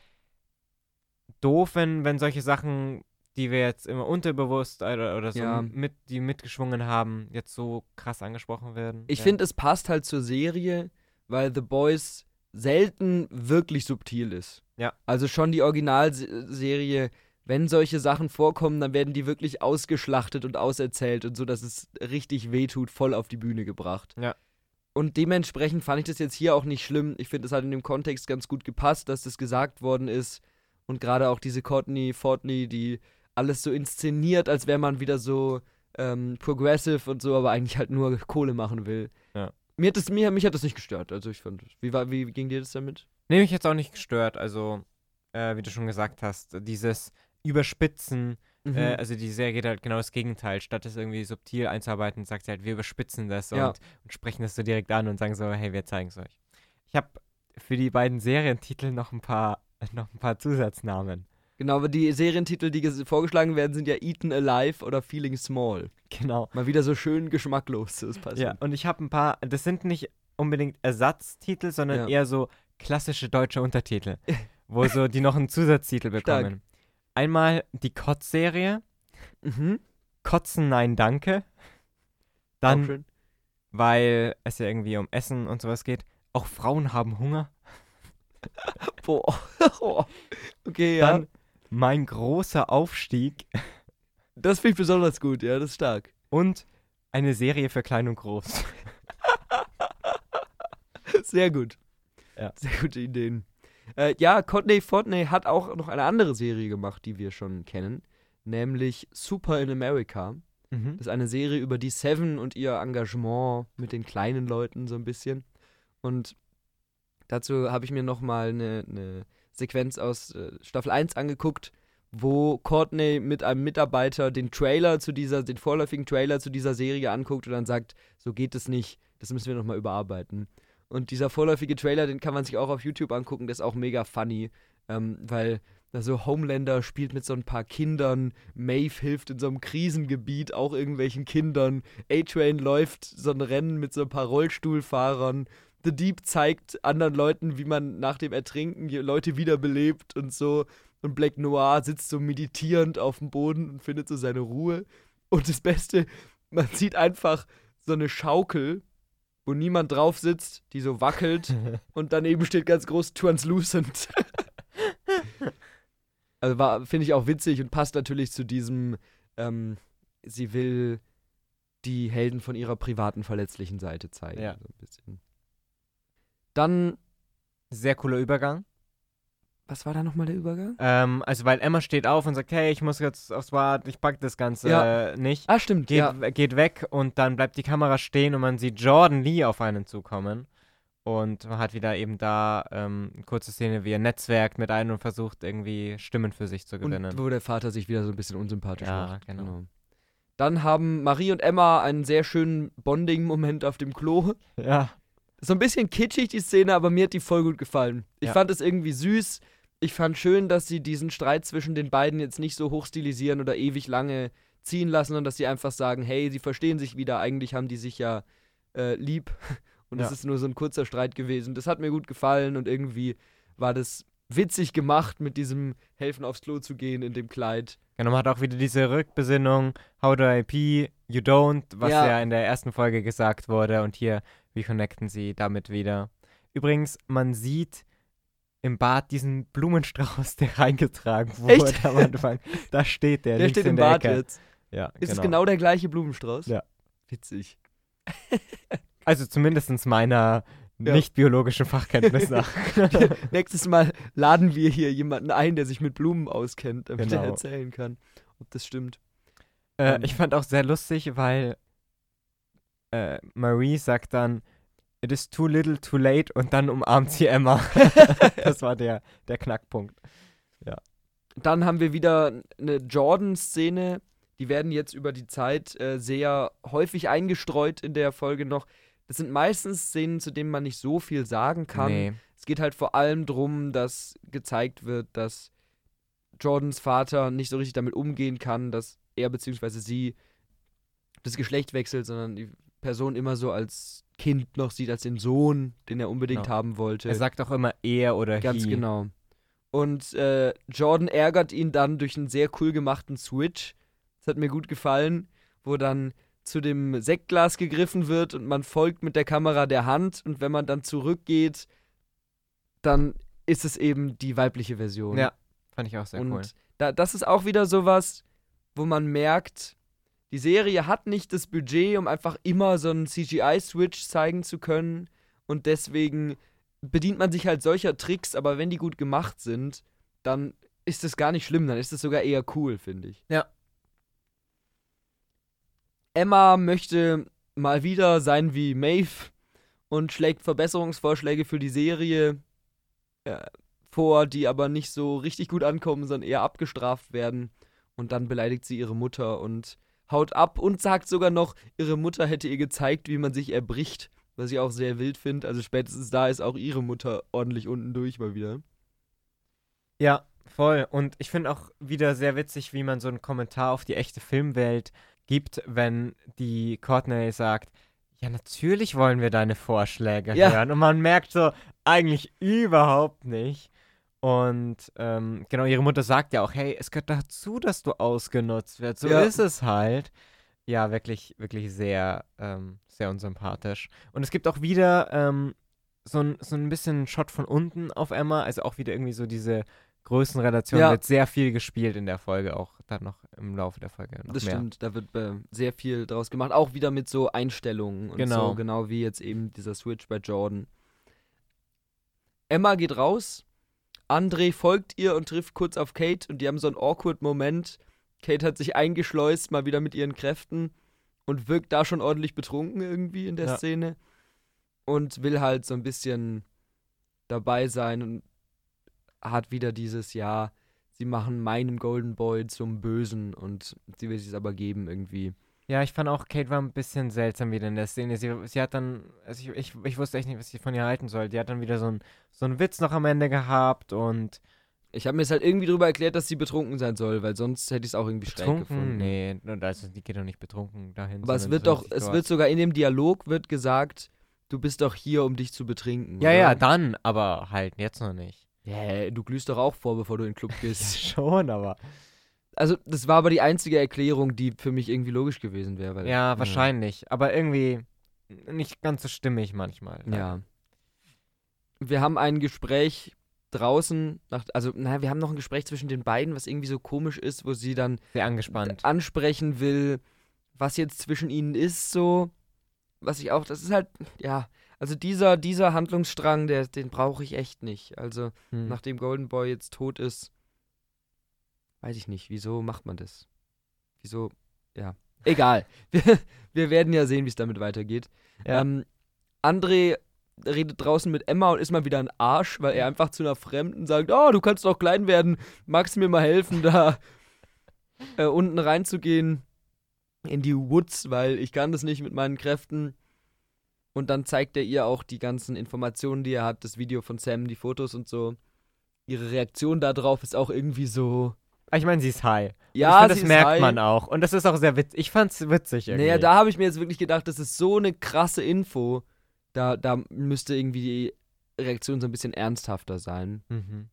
doof, wenn solche Sachen, die wir jetzt immer unterbewusst oder so Ja. die mitgeschwungen haben, jetzt so krass angesprochen werden? Ich Ja. finde, es passt halt zur Serie, weil The Boys selten wirklich subtil ist. Ja. Also schon die Originalserie, wenn solche Sachen vorkommen, dann werden die wirklich ausgeschlachtet und auserzählt und so, dass es richtig wehtut, voll auf die Bühne gebracht. Ja. Und dementsprechend fand ich das jetzt hier auch nicht schlimm. Ich finde, es hat in dem Kontext ganz gut gepasst, dass das gesagt worden ist. Und gerade auch diese Courtney Fortney, die alles so inszeniert, als wäre man wieder so progressive und so, aber eigentlich halt nur Kohle machen will. Ja. Mich hat das nicht gestört. Also ich fand, wie ging dir das damit? Nee, mich jetzt auch nicht gestört. Also, wie du schon gesagt hast, dieses Überspitzen, also die Serie geht halt genau das Gegenteil. Statt es irgendwie subtil einzuarbeiten, sagt sie halt, wir überspitzen das Ja. und sprechen das so direkt an und sagen so, hey, wir zeigen es euch. Ich habe für die beiden Serientitel noch ein paar Zusatznamen. Genau, aber die Serientitel, die vorgeschlagen werden, sind ja Eaten Alive oder Feeling Small. Genau. Mal wieder so schön geschmacklos. Das passt. Ja, und ich habe ein paar, das sind nicht unbedingt Ersatztitel, sondern Ja. eher so klassische deutsche Untertitel, wo so die noch einen Zusatztitel bekommen. Stark. Einmal die Kotz-Serie, Mhm. Kotzen, nein, danke. Dann, Auch schön. weil es ja irgendwie um Essen und sowas geht, auch Frauen haben Hunger. Boah. Okay, ja. Dann mein großer Aufstieg Das finde ich besonders gut, ja, das ist stark. und eine Serie für Klein und Groß. Sehr gut. Ja. Sehr gute Ideen. Ja, Courtney Fortney hat auch noch eine andere Serie gemacht, die wir schon kennen, nämlich Super in America. Mhm. Das ist eine Serie über die Seven und ihr Engagement mit den kleinen Leuten so ein bisschen. Und dazu habe ich mir nochmal eine Sequenz aus Staffel 1 angeguckt, wo Courtney mit einem Mitarbeiter den vorläufigen Trailer zu dieser Serie anguckt und dann sagt, so geht es nicht, das müssen wir nochmal überarbeiten. Und dieser vorläufige Trailer, den kann man sich auch auf YouTube angucken, der ist auch mega funny, weil da so Homelander spielt mit so ein paar Kindern, Maeve hilft in so einem Krisengebiet auch irgendwelchen Kindern, A-Train läuft so ein Rennen mit so ein paar Rollstuhlfahrern, The Deep zeigt anderen Leuten, wie man nach dem Ertrinken Leute wiederbelebt und so. Und Black Noir sitzt so meditierend auf dem Boden und findet so seine Ruhe. Und das Beste, man sieht einfach so eine Schaukel, wo niemand drauf sitzt, die so wackelt. Und daneben steht ganz groß Translucent. Also finde ich auch witzig und passt natürlich zu diesem, sie will die Helden von ihrer privaten, verletzlichen Seite zeigen. Ja. So ein bisschen. Dann, Sehr cooler Übergang. was war da nochmal der Übergang? Also weil Emma steht auf und sagt, hey, ich muss jetzt aufs Bad, ich pack das Ganze nicht. Ah, stimmt, Geht weg und dann bleibt die Kamera stehen und man sieht Jordan Lee auf einen zukommen. Und man hat wieder eben da eine kurze Szene, wie er netzwerkt mit einem und versucht irgendwie Stimmen für sich zu gewinnen. Und wo der Vater sich wieder so ein bisschen unsympathisch Ja, macht. genau. Dann haben Marie und Emma einen sehr schönen Bonding-Moment auf dem Klo. Ja, So ein bisschen kitschig, die Szene, aber mir hat die voll gut gefallen. Ich Ja. fand es irgendwie süß. Ich fand schön, dass sie diesen Streit zwischen den beiden jetzt nicht so hochstilisieren oder ewig lange ziehen lassen, sondern dass sie einfach sagen, hey, sie verstehen sich wieder, eigentlich haben die sich ja lieb. Und es Ja. ist nur so ein kurzer Streit gewesen. Das hat mir gut gefallen und irgendwie war das witzig gemacht, mit diesem Helfen aufs Klo zu gehen in dem Kleid. genau, man hat auch wieder diese Rückbesinnung, how do I pee, you don't, was Ja. ja in der ersten Folge gesagt wurde und hier, wie connecten sie damit wieder. Übrigens, man sieht im Bad diesen Blumenstrauß, der reingetragen wurde Echt? am Anfang. Da steht der, Der links steht in im der Bad Ecke. jetzt. Ja, Ist es genau der gleiche Blumenstrauß? Ja. Witzig. Also zumindest meiner Ja. nicht biologischen Fachkenntnis nach. Nächstes Mal laden wir hier jemanden ein, der sich mit Blumen auskennt, damit er Genau. erzählen kann, ob das stimmt. Ich fand auch sehr lustig, weil Marie sagt dann, it is too little, too late und dann umarmt sie Emma. Das war der Knackpunkt. Dann haben wir wieder eine Jordan-Szene. Die werden jetzt über die Zeit sehr häufig eingestreut in der Folge noch. Das sind meistens Szenen, zu denen man nicht so viel sagen kann. Nee. Es geht halt vor allem darum, dass gezeigt wird, dass Jordans Vater nicht so richtig damit umgehen kann, dass er bzw. sie das Geschlecht wechselt, sondern die Person immer so als Kind noch sieht, als den Sohn, den er unbedingt Genau. haben wollte. Er sagt auch immer er oder Ganz he. genau. Und Jordan ärgert ihn dann durch einen sehr cool gemachten Switch. Das hat mir gut gefallen, wo dann zu dem Sektglas gegriffen wird und man folgt mit der Kamera der Hand und wenn man dann zurückgeht, dann ist es eben die weibliche Version. Ja, fand ich auch sehr und cool. das ist auch wieder sowas, wo man merkt, die Serie hat nicht das Budget, um einfach immer so einen CGI-Switch zeigen zu können und deswegen bedient man sich halt solcher Tricks, aber wenn die gut gemacht sind, dann ist es gar nicht schlimm, dann ist es sogar eher cool, finde ich. Ja. Emma möchte mal wieder sein wie Maeve und schlägt Verbesserungsvorschläge für die Serie vor, die aber nicht so richtig gut ankommen, sondern eher abgestraft werden. Und dann beleidigt sie ihre Mutter und haut ab und sagt sogar noch, ihre Mutter hätte ihr gezeigt, wie man sich erbricht, was ich auch sehr wild finde. Also spätestens da ist auch ihre Mutter ordentlich unten durch mal wieder. Ja, voll. Und ich finde auch wieder sehr witzig, wie man so einen Kommentar auf die echte Filmwelt gibt, wenn die Courtney sagt, ja, natürlich wollen wir deine Vorschläge Ja. hören. Und man merkt so, eigentlich überhaupt nicht. Und genau, ihre Mutter sagt ja auch, hey, es gehört dazu, dass du ausgenutzt wirst. So Ja. ist es halt. Ja, wirklich, wirklich sehr, sehr unsympathisch. Und es gibt auch wieder so ein bisschen Shot von unten auf Emma, also auch wieder irgendwie so diese Größenrelation Ja. wird sehr viel gespielt in der Folge, auch dann noch im Laufe der Folge noch Das mehr. stimmt, da wird sehr viel draus gemacht. Auch wieder mit so Einstellungen und Genau. so, genau wie jetzt eben dieser Switch bei Jordan. Emma geht raus, André folgt ihr und trifft kurz auf Kate und die haben so einen awkward Moment. Kate hat sich eingeschleust, mal wieder mit ihren Kräften und wirkt da schon ordentlich betrunken irgendwie in der Ja. Szene und will halt so ein bisschen dabei sein und hat wieder dieses, ja, sie machen meinen Golden Boy zum Bösen und sie will es aber geben irgendwie. Ja, ich fand auch, Kate war ein bisschen seltsam wieder in der Szene. Sie hat dann, also ich wusste echt nicht, was ich von ihr halten soll. Die hat dann wieder so einen Witz noch am Ende gehabt und Ich habe mir es halt irgendwie drüber erklärt, dass sie betrunken sein soll, weil sonst hätte ich es auch irgendwie schräg betrunken? gefunden. Nee, also die geht doch nicht betrunken dahin. Aber es sondern wird die soll doch, sich es dort- wird sogar in dem Dialog wird gesagt, du bist doch hier, um dich zu betrinken. Ja, oder? ja, dann, aber halt jetzt noch nicht. Ja, du glühst doch auch vor, bevor du in den Club Ja, gehst. schon, aber. Also, das war aber die einzige Erklärung, die für mich irgendwie logisch gewesen wäre. Weil, Ja, wahrscheinlich. Aber irgendwie nicht ganz so stimmig manchmal. Ja. Wir haben ein Gespräch draußen, wir haben noch ein Gespräch zwischen den beiden, was irgendwie so komisch ist, wo sie dann Sehr angespannt. ansprechen will, was jetzt zwischen ihnen ist, so. Was ich auch, das ist halt, ja, also dieser Handlungsstrang, den brauche ich echt nicht. Also, Hm. nachdem Golden Boy jetzt tot ist, weiß ich nicht, wieso macht man das? Wieso, ja, egal. Wir werden ja sehen, wie es damit weitergeht. Ja. André redet draußen mit Emma und ist mal wieder ein Arsch, weil er einfach zu einer Fremden sagt, oh, du kannst doch klein werden, magst du mir mal helfen, da unten reinzugehen in die Woods, weil ich kann das nicht mit meinen Kräften. Und dann zeigt er ihr auch die ganzen Informationen, die er hat, das Video von Sam, die Fotos und so. Ihre Reaktion darauf ist auch irgendwie so. Ich meine, sie ist high. Ja, Ich find, sie das ist merkt high. man auch. Und das ist auch sehr witzig. Ich fand's witzig irgendwie. Naja, da habe ich mir jetzt wirklich gedacht, das ist so eine krasse Info. Da müsste irgendwie die Reaktion so ein bisschen ernsthafter sein. Mhm.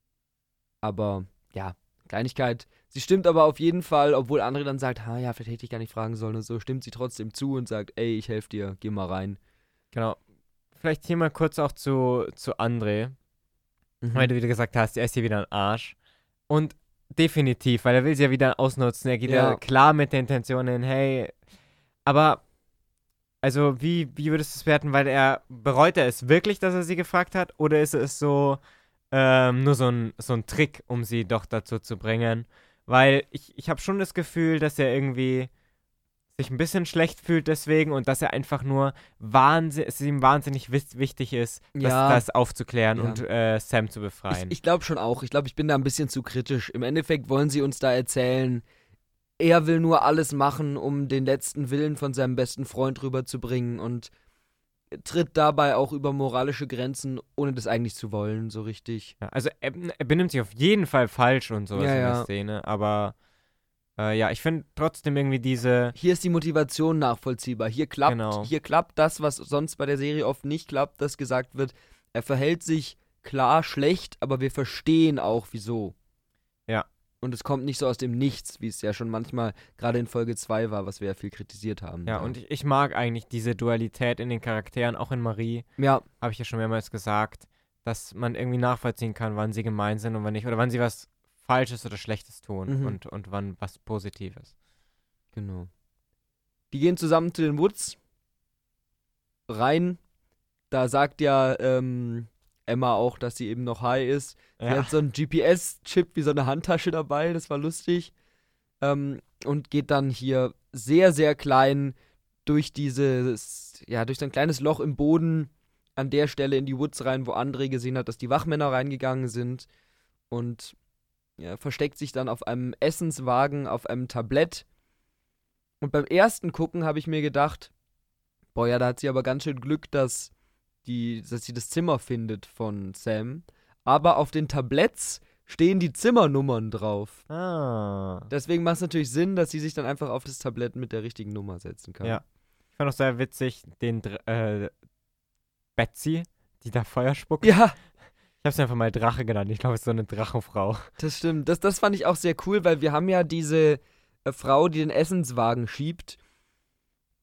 Aber ja, Kleinigkeit. Sie stimmt aber auf jeden Fall, obwohl André dann sagt, ja, vielleicht hätte ich gar nicht fragen sollen und so, stimmt sie trotzdem zu und sagt, ey, ich helfe dir, geh mal rein. Genau. Vielleicht hier mal kurz auch zu André. Weil du wieder gesagt hast, er ist hier wieder ein Arsch. Und definitiv, weil er will sie ja wieder ausnutzen. Er geht ja klar mit der Intention hin, hey. Aber, also, wie würdest du es werten? Weil bereut er es wirklich, dass er sie gefragt hat? Oder ist es so, nur so ein Trick, um sie doch dazu zu bringen? Weil ich habe schon das Gefühl, dass er irgendwie sich ein bisschen schlecht fühlt deswegen und dass er einfach nur es ihm wahnsinnig wichtig ist, das aufzuklären und Sam zu befreien. Ich glaube schon auch. Ich glaube, ich bin da ein bisschen zu kritisch. Im Endeffekt wollen sie uns da erzählen, er will nur alles machen, um den letzten Willen von seinem besten Freund rüberzubringen und tritt dabei auch über moralische Grenzen, ohne das eigentlich zu wollen, so richtig. Ja, also er benimmt sich auf jeden Fall falsch und sowas in der Ja. Szene, aber ich finde trotzdem irgendwie diese. Hier ist die Motivation nachvollziehbar. Hier Genau. klappt das, was sonst bei der Serie oft nicht klappt, dass gesagt wird, er verhält sich klar schlecht, aber wir verstehen auch, wieso. Ja. Und es kommt nicht so aus dem Nichts, wie es ja schon manchmal gerade in Folge 2 war, was wir ja viel kritisiert haben. Ja, und ich mag eigentlich diese Dualität in den Charakteren, auch in Marie, ja, habe ich ja schon mehrmals gesagt, dass man irgendwie nachvollziehen kann, wann sie gemein sind und wann nicht, oder wann sie was Falsches oder Schlechtes tun und wann was Positives. genau. Die gehen zusammen zu den Woods rein. Da sagt ja Emma auch, dass sie eben noch high ist. Sie Ja. hat so einen GPS-Chip wie so eine Handtasche dabei, das war lustig. Und geht dann hier sehr, sehr klein durch durch so ein kleines Loch im Boden an der Stelle in die Woods rein, wo André gesehen hat, dass die Wachmänner reingegangen sind. Und versteckt sich dann auf einem Essenswagen, auf einem Tablett. Und beim ersten Gucken habe ich mir gedacht, boah, ja, da hat sie aber ganz schön Glück, dass sie das Zimmer findet von Sam. Aber auf den Tabletts stehen die Zimmernummern drauf. Ah. Deswegen macht es natürlich Sinn, dass sie sich dann einfach auf das Tablett mit der richtigen Nummer setzen kann. Ja. Ich fand auch sehr witzig, Betsy, die da Feuer spuckt. Ja, Ich habe sie einfach mal Drache genannt. Ich glaube, es ist so eine Drachenfrau. das stimmt. Das fand ich auch sehr cool, weil wir haben ja diese Frau, die den Essenswagen schiebt.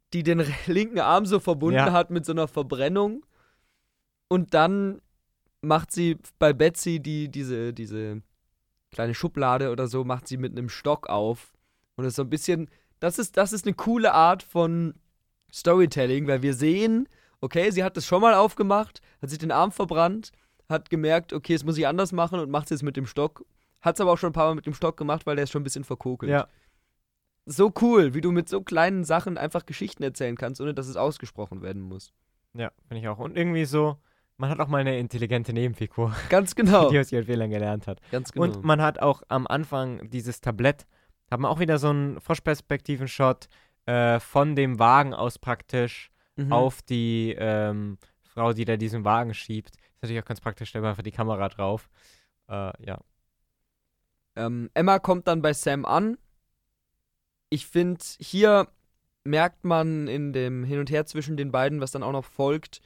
die den linken Arm so verbunden hat mit so einer Verbrennung. Und dann macht sie bei Betsy diese kleine Schublade oder so, macht sie mit einem Stock auf. Und das ist so ein bisschen, das ist eine coole Art von Storytelling, weil wir sehen, okay, sie hat das schon mal aufgemacht, hat sich den Arm verbrannt, hat gemerkt, okay, das muss ich anders machen und macht es jetzt mit dem Stock. Hat es aber auch schon ein paar Mal mit dem Stock gemacht, weil der ist schon ein bisschen verkokelt. Ja. So cool, wie du mit so kleinen Sachen einfach Geschichten erzählen kannst, ohne dass es ausgesprochen werden muss. Ja, finde ich auch. Und irgendwie so, man hat auch mal eine intelligente Nebenfigur, Ganz genau. die aus ihren Fehlern gelernt hat. Ganz genau. Und man hat auch am Anfang dieses Tablett, hat man auch wieder so einen Froschperspektiven-Shot von dem Wagen aus praktisch auf die Frau, die da diesen Wagen schiebt. Ist natürlich auch ganz praktisch, stellt man einfach die Kamera drauf. Ja. Emma kommt dann bei Sam an. Ich finde, hier merkt man in dem Hin und Her zwischen den beiden, was dann auch noch folgt,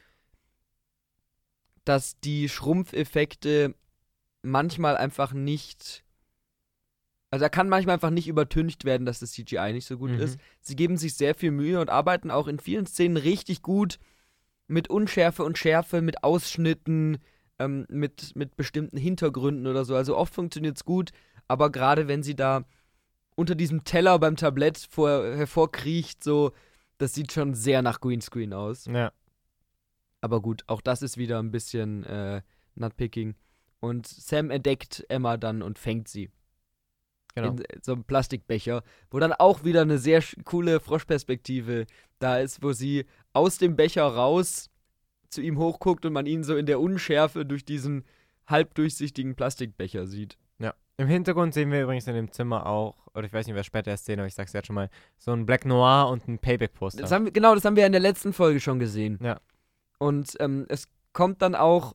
dass die Schrumpfeffekte manchmal einfach nicht, also da kann manchmal einfach nicht übertüncht werden, dass das CGI nicht so gut ist. Sie geben sich sehr viel Mühe und arbeiten auch in vielen Szenen richtig gut mit Unschärfe und Schärfe, mit Ausschnitten, mit bestimmten Hintergründen oder so. Also oft funktioniert es gut, aber gerade wenn sie da unter diesem Teller beim Tablett hervorkriecht, so, das sieht schon sehr nach Greenscreen aus. Ja. Aber gut, auch das ist wieder ein bisschen Nutpicking. Und Sam entdeckt Emma dann und fängt sie. Genau. In so einem Plastikbecher, wo dann auch wieder eine sehr coole Froschperspektive da ist, wo sie aus dem Becher raus zu ihm hochguckt und man ihn so in der Unschärfe durch diesen halbdurchsichtigen Plastikbecher sieht. Ja. Im Hintergrund sehen wir übrigens in dem Zimmer auch, oder ich weiß nicht, wer später erst sehen, aber ich sag's jetzt schon mal, so ein Black Noir und ein Payback-Poster. Das haben wir ja in der letzten Folge schon gesehen. Ja. Und es kommt dann auch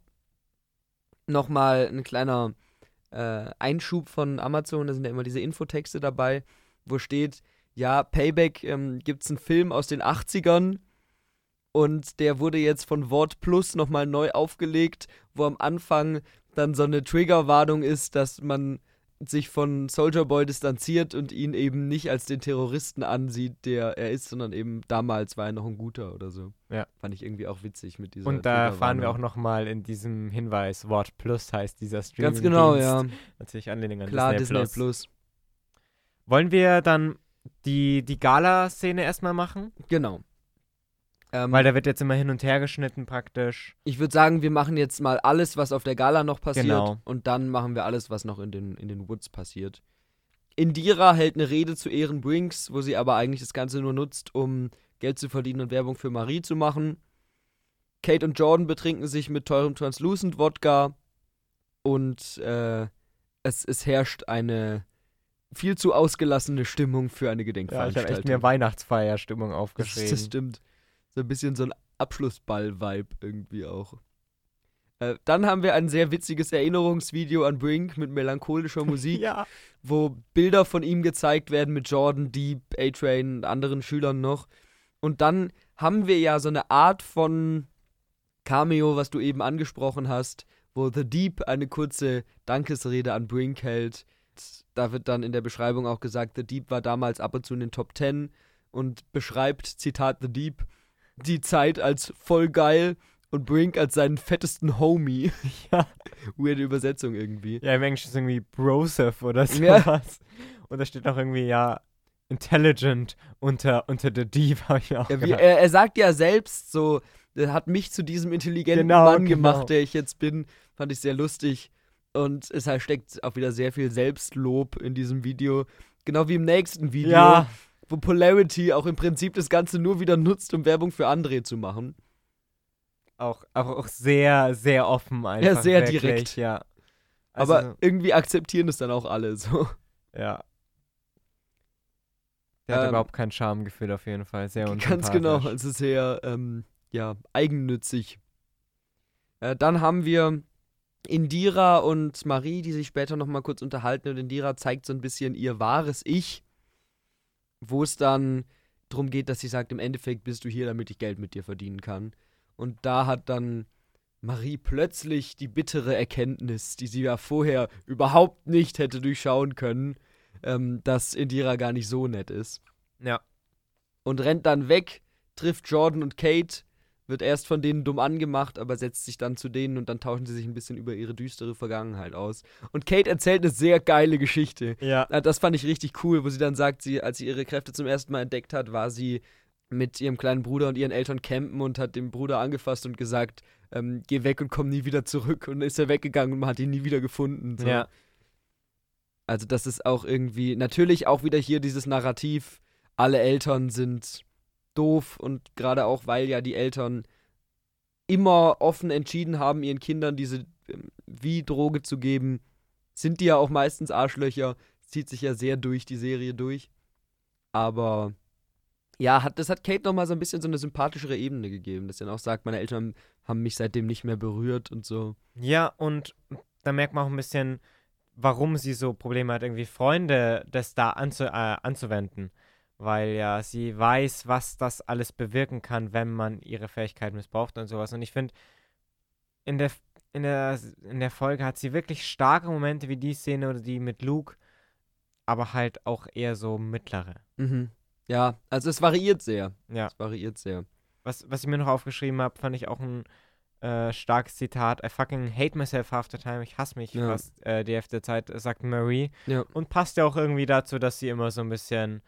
nochmal ein kleiner Einschub von Amazon, da sind ja immer diese Infotexte dabei, wo steht, ja, Payback gibt's einen Film aus den 80ern und der wurde jetzt von Wort Plus nochmal neu aufgelegt, wo am Anfang dann so eine Triggerwarnung ist, dass man sich von Soulja Boy distanziert und ihn eben nicht als den Terroristen ansieht, der er ist, sondern eben damals war er noch ein Guter oder so. Ja. Fand ich irgendwie auch witzig mit dieser Und da Triggerwarnung. fahren wir auch nochmal in diesem Hinweis, Wort Plus heißt dieser Streaming. Ganz genau, ja. Natürlich Anlehnung an Klar, Disney Plus. Wollen wir dann die Gala-Szene erstmal machen? Genau. Weil da wird jetzt immer hin und her geschnitten praktisch. Ich würde sagen, wir machen jetzt mal alles, was auf der Gala noch passiert. Genau. Und dann machen wir alles, was noch in den Woods passiert. Indira hält eine Rede zu Ehren Brinks, wo sie aber eigentlich das Ganze nur nutzt, um Geld zu verdienen und Werbung für Marie zu machen. Kate und Jordan betrinken sich mit teurem Translucent-Wodka. Und es herrscht eine viel zu ausgelassene Stimmung für eine Ja, ich Gedenkveranstaltung. habe echt mir Weihnachtsfeierstimmung aufgeschrieben. Das stimmt. So ein bisschen so ein Abschlussball-Vibe irgendwie auch. Dann haben wir ein sehr witziges Erinnerungsvideo an Brink mit melancholischer Musik, Ja. wo Bilder von ihm gezeigt werden mit Jordan, Deep, A-Train und anderen Schülern noch. Und dann haben wir ja so eine Art von Cameo, was du eben angesprochen hast, wo The Deep eine kurze Dankesrede an Brink hält. Da wird dann in der Beschreibung auch gesagt, The Deep war damals ab und zu in den Top 10 und beschreibt, Zitat The Deep, die Zeit als voll geil und Brink als seinen fettesten Homie. Ja. Weirde Übersetzung irgendwie. Ja, im Englischen ist es irgendwie Broseph oder sowas. Ja. Und da steht noch irgendwie, ja, intelligent unter The Deep, habe ich mir auch Ja, gedacht. er sagt ja selbst so, er hat mich zu diesem intelligenten Mann gemacht, der ich jetzt bin. Fand ich sehr lustig. Und es steckt auch wieder sehr viel Selbstlob in diesem Video. Genau wie im nächsten Video, Ja. wo Polarity auch im Prinzip das Ganze nur wieder nutzt, um Werbung für André zu machen. Auch sehr, sehr offen einfach. Ja, sehr wirklich, direkt. Ja. Also, Aber irgendwie akzeptieren es dann auch alle so. ja. Der hat Ähm, überhaupt kein Schamgefühl auf jeden Fall. Sehr unsympathisch. Ganz genau, also sehr eigennützig. Dann haben wir Indira und Marie, die sich später nochmal kurz unterhalten, und Indira zeigt so ein bisschen ihr wahres Ich, wo es dann darum geht, dass sie sagt, im Endeffekt bist du hier, damit ich Geld mit dir verdienen kann. Und da hat dann Marie plötzlich die bittere Erkenntnis, die sie ja vorher überhaupt nicht hätte durchschauen können, dass Indira gar nicht so nett ist. Ja. Und rennt dann weg, trifft Jordan und Kate, wird erst von denen dumm angemacht, aber setzt sich dann zu denen und dann tauschen sie sich ein bisschen über ihre düstere Vergangenheit aus. Und Kate erzählt eine sehr geile Geschichte. Ja. Das fand ich richtig cool, wo sie dann sagt, als sie ihre Kräfte zum ersten Mal entdeckt hat, war sie mit ihrem kleinen Bruder und ihren Eltern campen und hat den Bruder angefasst und gesagt, geh weg und komm nie wieder zurück. Und dann ist er weggegangen und man hat ihn nie wieder gefunden. So. Ja. Also das ist auch irgendwie, natürlich auch wieder hier dieses Narrativ, alle Eltern sind doof und gerade auch, weil ja die Eltern immer offen entschieden haben, ihren Kindern diese Wie-Droge zu geben, sind die ja auch meistens Arschlöcher. Zieht sich ja sehr durch die Serie durch. Aber ja, das hat Kate nochmal so ein bisschen so eine sympathischere Ebene gegeben, dass sie dann auch sagt, meine Eltern haben mich seitdem nicht mehr berührt und so. Ja, und da merkt man auch ein bisschen, warum sie so Probleme hat, irgendwie Freunde das da anzuwenden. Weil ja sie weiß, was das alles bewirken kann, wenn man ihre Fähigkeiten missbraucht und sowas. Und ich finde, in der Folge hat sie wirklich starke Momente wie die Szene oder die mit Luke, aber halt auch eher so mittlere. Mhm. Ja, also es variiert sehr. Ja. Es variiert sehr. Was ich mir noch aufgeschrieben habe, fand ich auch ein starkes Zitat. I fucking hate myself half the time. Ich hasse mich fast die Hälfte der Zeit, sagt Marie. Ja. Und passt ja auch irgendwie dazu, dass sie immer so ein bisschen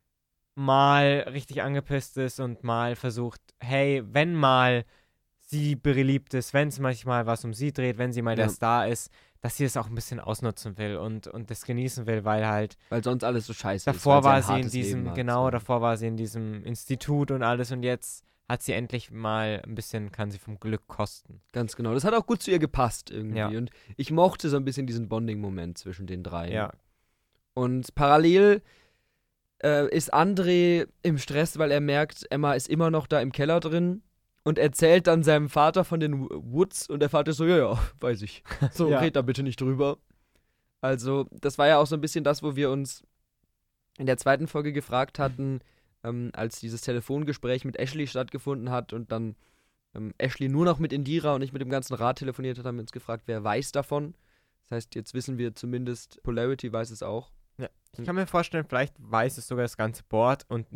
mal richtig angepisst ist und mal versucht, hey, wenn mal sie beliebt ist, wenn es manchmal was um sie dreht, wenn sie mal der Star ist, dass sie es auch ein bisschen ausnutzen will und das genießen will, weil sonst alles so scheiße davor ist. war sie in diesem, davor war sie in diesem Institut und alles und jetzt hat sie endlich mal ein bisschen, kann sie vom Glück kosten. Ganz genau. Das hat auch gut zu ihr gepasst irgendwie. Ja. Und ich mochte so ein bisschen diesen Bonding-Moment zwischen den dreien. Ja. Und parallel ist André im Stress, weil er merkt, Emma ist immer noch da im Keller drin und erzählt dann seinem Vater von den Woods und der Vater ist so, ja, weiß ich. So, Ja. red da bitte nicht drüber. Also, das war ja auch so ein bisschen das, wo wir uns in der zweiten Folge gefragt hatten, als dieses Telefongespräch mit Ashley stattgefunden hat und dann Ashley nur noch mit Indira und nicht mit dem ganzen Rat telefoniert hat, haben wir uns gefragt, wer weiß davon. Das heißt, jetzt wissen wir zumindest, Polarity weiß es auch. Ja. Ich kann mir vorstellen, vielleicht weiß es sogar das ganze Board und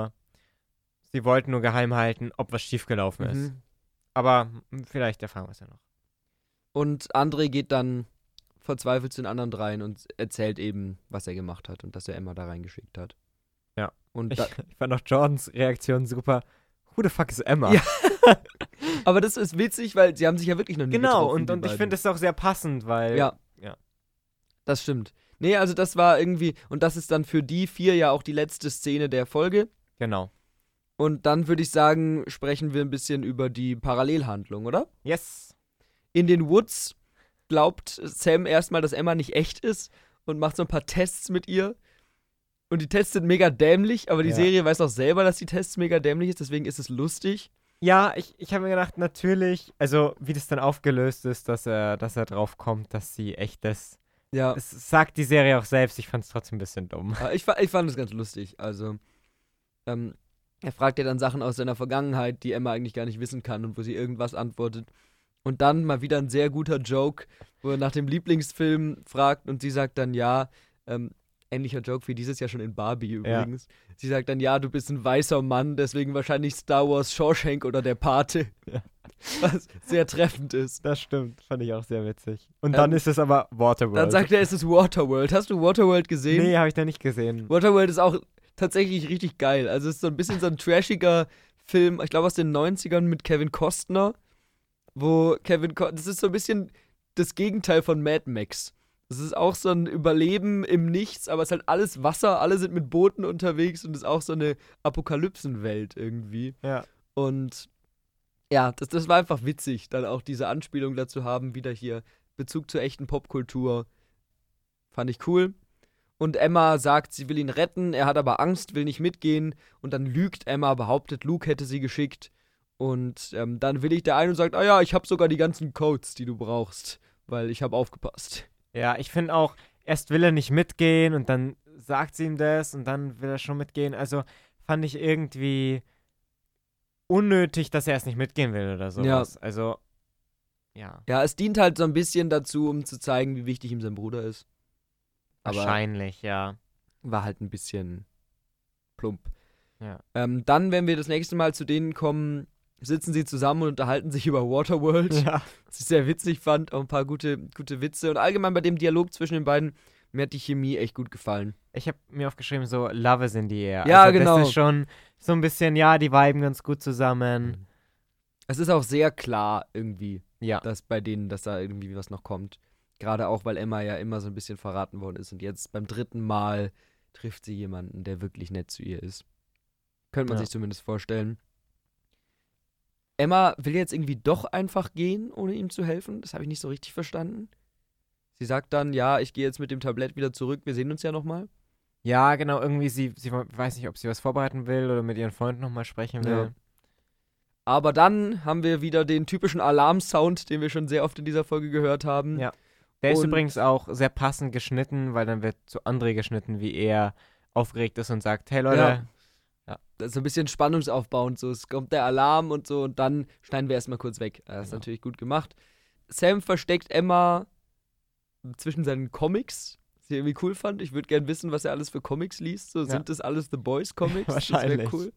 sie wollten nur geheim halten, ob was schiefgelaufen ist. Aber vielleicht erfahren wir es ja noch. Und André geht dann verzweifelt zu den anderen dreien und erzählt eben, was er gemacht hat und dass er Emma da reingeschickt hat. Ja. Und Ich fand auch Jordans Reaktion super. Who the fuck is Emma? Ja. Aber das ist witzig, weil sie haben sich ja wirklich noch nie getroffen. Genau, und ich finde es auch sehr passend, weil... Ja. Das stimmt. Nee, also das war irgendwie, und das ist dann für die 4 ja auch die letzte Szene der Folge. Genau. Und dann würde ich sagen, sprechen wir ein bisschen über die Parallelhandlung, oder? Yes. In den Woods glaubt Sam erstmal, dass Emma nicht echt ist und macht so ein paar Tests mit ihr. Und die Tests sind mega dämlich, aber die Serie weiß auch selber, dass die Tests mega dämlich ist, deswegen ist es lustig. Ja, ich habe mir gedacht, natürlich, also wie das dann aufgelöst ist, dass er drauf kommt, dass sie echt ist. Ja. Es sagt die Serie auch selbst, ich fand es trotzdem ein bisschen dumm. Ich fand es ganz lustig. Also, er fragt ja dann Sachen aus seiner Vergangenheit, die Emma eigentlich gar nicht wissen kann und wo sie irgendwas antwortet. Und dann mal wieder ein sehr guter Joke, wo er nach dem Lieblingsfilm fragt und sie sagt dann, ja, ähnlicher Joke wie dieses Jahr schon in Barbie übrigens. Ja. Sie sagt dann, ja, du bist ein weißer Mann, deswegen wahrscheinlich Star Wars Shawshank oder der Pate. Ja. Was sehr treffend ist. Das stimmt, fand ich auch sehr witzig. Und dann ist es aber Waterworld. Dann sagt er, es ist Waterworld. Hast du Waterworld gesehen? Nee, habe ich da nicht gesehen. Waterworld ist auch tatsächlich richtig geil. Also es ist so ein bisschen so ein trashiger Film, ich glaube aus den 90ern mit Kevin Costner, wo das ist so ein bisschen das Gegenteil von Mad Max. Das ist auch so ein Überleben im Nichts, aber es ist halt alles Wasser, alle sind mit Booten unterwegs und es ist auch so eine Apokalypsenwelt irgendwie. Ja. Und ja, das war einfach witzig, dann auch diese Anspielung dazu haben, wieder hier Bezug zur echten Popkultur. Fand ich cool. Und Emma sagt, sie will ihn retten, er hat aber Angst, will nicht mitgehen. Und dann lügt Emma, behauptet, Luke hätte sie geschickt. Und dann will ich der ein und sagt, ja, ich habe sogar die ganzen Codes, die du brauchst, weil ich habe aufgepasst. Ja, ich finde auch, erst will er nicht mitgehen und dann sagt sie ihm das und dann will er schon mitgehen. Also fand ich irgendwie unnötig, dass er erst nicht mitgehen will oder sowas. Ja. Also, ja. Ja, es dient halt so ein bisschen dazu, um zu zeigen, wie wichtig ihm sein Bruder ist. Wahrscheinlich, ja. War halt ein bisschen plump. Ja. Dann, wenn wir das nächste Mal zu denen kommen, sitzen sie zusammen und unterhalten sich über Waterworld. Ja. Was ich sehr witzig fand, auch ein paar gute Witze. Und allgemein bei dem Dialog zwischen den beiden, mir hat die Chemie echt gut gefallen. Ich habe mir aufgeschrieben, so Love is in the air. Ja, also genau. Das ist schon so ein bisschen, ja, die viben ganz gut zusammen. Es ist auch sehr klar irgendwie, Ja. dass bei denen, dass da irgendwie was noch kommt. Gerade auch, weil Emma ja immer so ein bisschen verraten worden ist. Und jetzt beim 3. Mal trifft sie jemanden, der wirklich nett zu ihr ist. Könnte man Ja. sich zumindest vorstellen. Emma will jetzt irgendwie doch einfach gehen, ohne ihm zu helfen. Das habe ich nicht so richtig verstanden. Sie sagt dann, ja, ich gehe jetzt mit dem Tablett wieder zurück, wir sehen uns ja nochmal. Ja, genau, irgendwie sie weiß nicht, ob sie was vorbereiten will oder mit ihren Freunden nochmal sprechen will. Ja. Aber dann haben wir wieder den typischen Alarmsound, den wir schon sehr oft in dieser Folge gehört haben. Ja. Der ist Und- übrigens auch sehr passend geschnitten, weil dann wird zu André geschnitten, wie er aufgeregt ist und sagt, hey Leute, Das ist so ein bisschen spannungsaufbauend. So. Es kommt der Alarm und so und dann schneiden wir erstmal kurz weg. Das ist Genau. natürlich gut gemacht. Sam versteckt Emma zwischen seinen Comics, was ich irgendwie cool fand. Ich würde gerne wissen, was er alles für Comics liest. So, sind das alles The Boys Comics? Wahrscheinlich. Das wäre cool.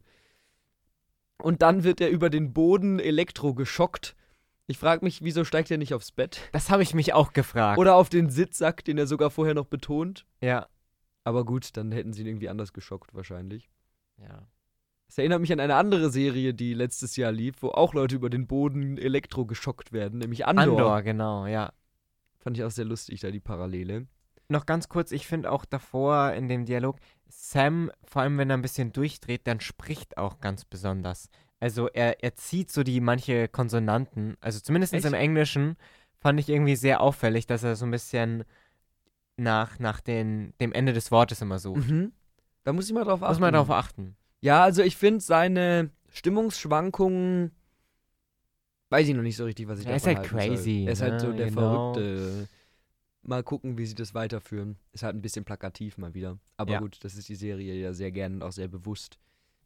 Und dann wird er über den Boden elektrogeschockt. Ich frage mich, wieso steigt er nicht aufs Bett? das habe ich mich auch gefragt. Oder auf den Sitzsack, den er sogar vorher noch betont. Ja. Aber gut, dann hätten sie ihn irgendwie anders geschockt wahrscheinlich. Ja. Das erinnert mich an eine andere Serie, die letztes Jahr lief, wo auch Leute über den Boden elektrogeschockt werden, nämlich Andor. Genau, ja. Fand ich auch sehr lustig, da die Parallele. Noch ganz kurz, ich finde auch davor in dem Dialog, Sam, vor allem wenn er ein bisschen durchdreht, dann spricht auch ganz besonders. Also er zieht so manche Konsonanten, also zumindest Echt? im Englischen fand ich irgendwie sehr auffällig, dass er so ein bisschen nach dem Ende des Wortes immer sucht. Mhm. Da muss ich mal drauf achten. Muss man darauf achten. Ja, also ich finde seine Stimmungsschwankungen, weiß ich noch nicht so richtig, was ich Er ist davon halt halten crazy, soll. Er ist halt ne? so der Genau. Verrückte. Mal gucken, wie sie das weiterführen. Ist halt ein bisschen plakativ mal wieder. Aber Ja. gut, das ist die Serie ja sehr gerne und auch sehr bewusst.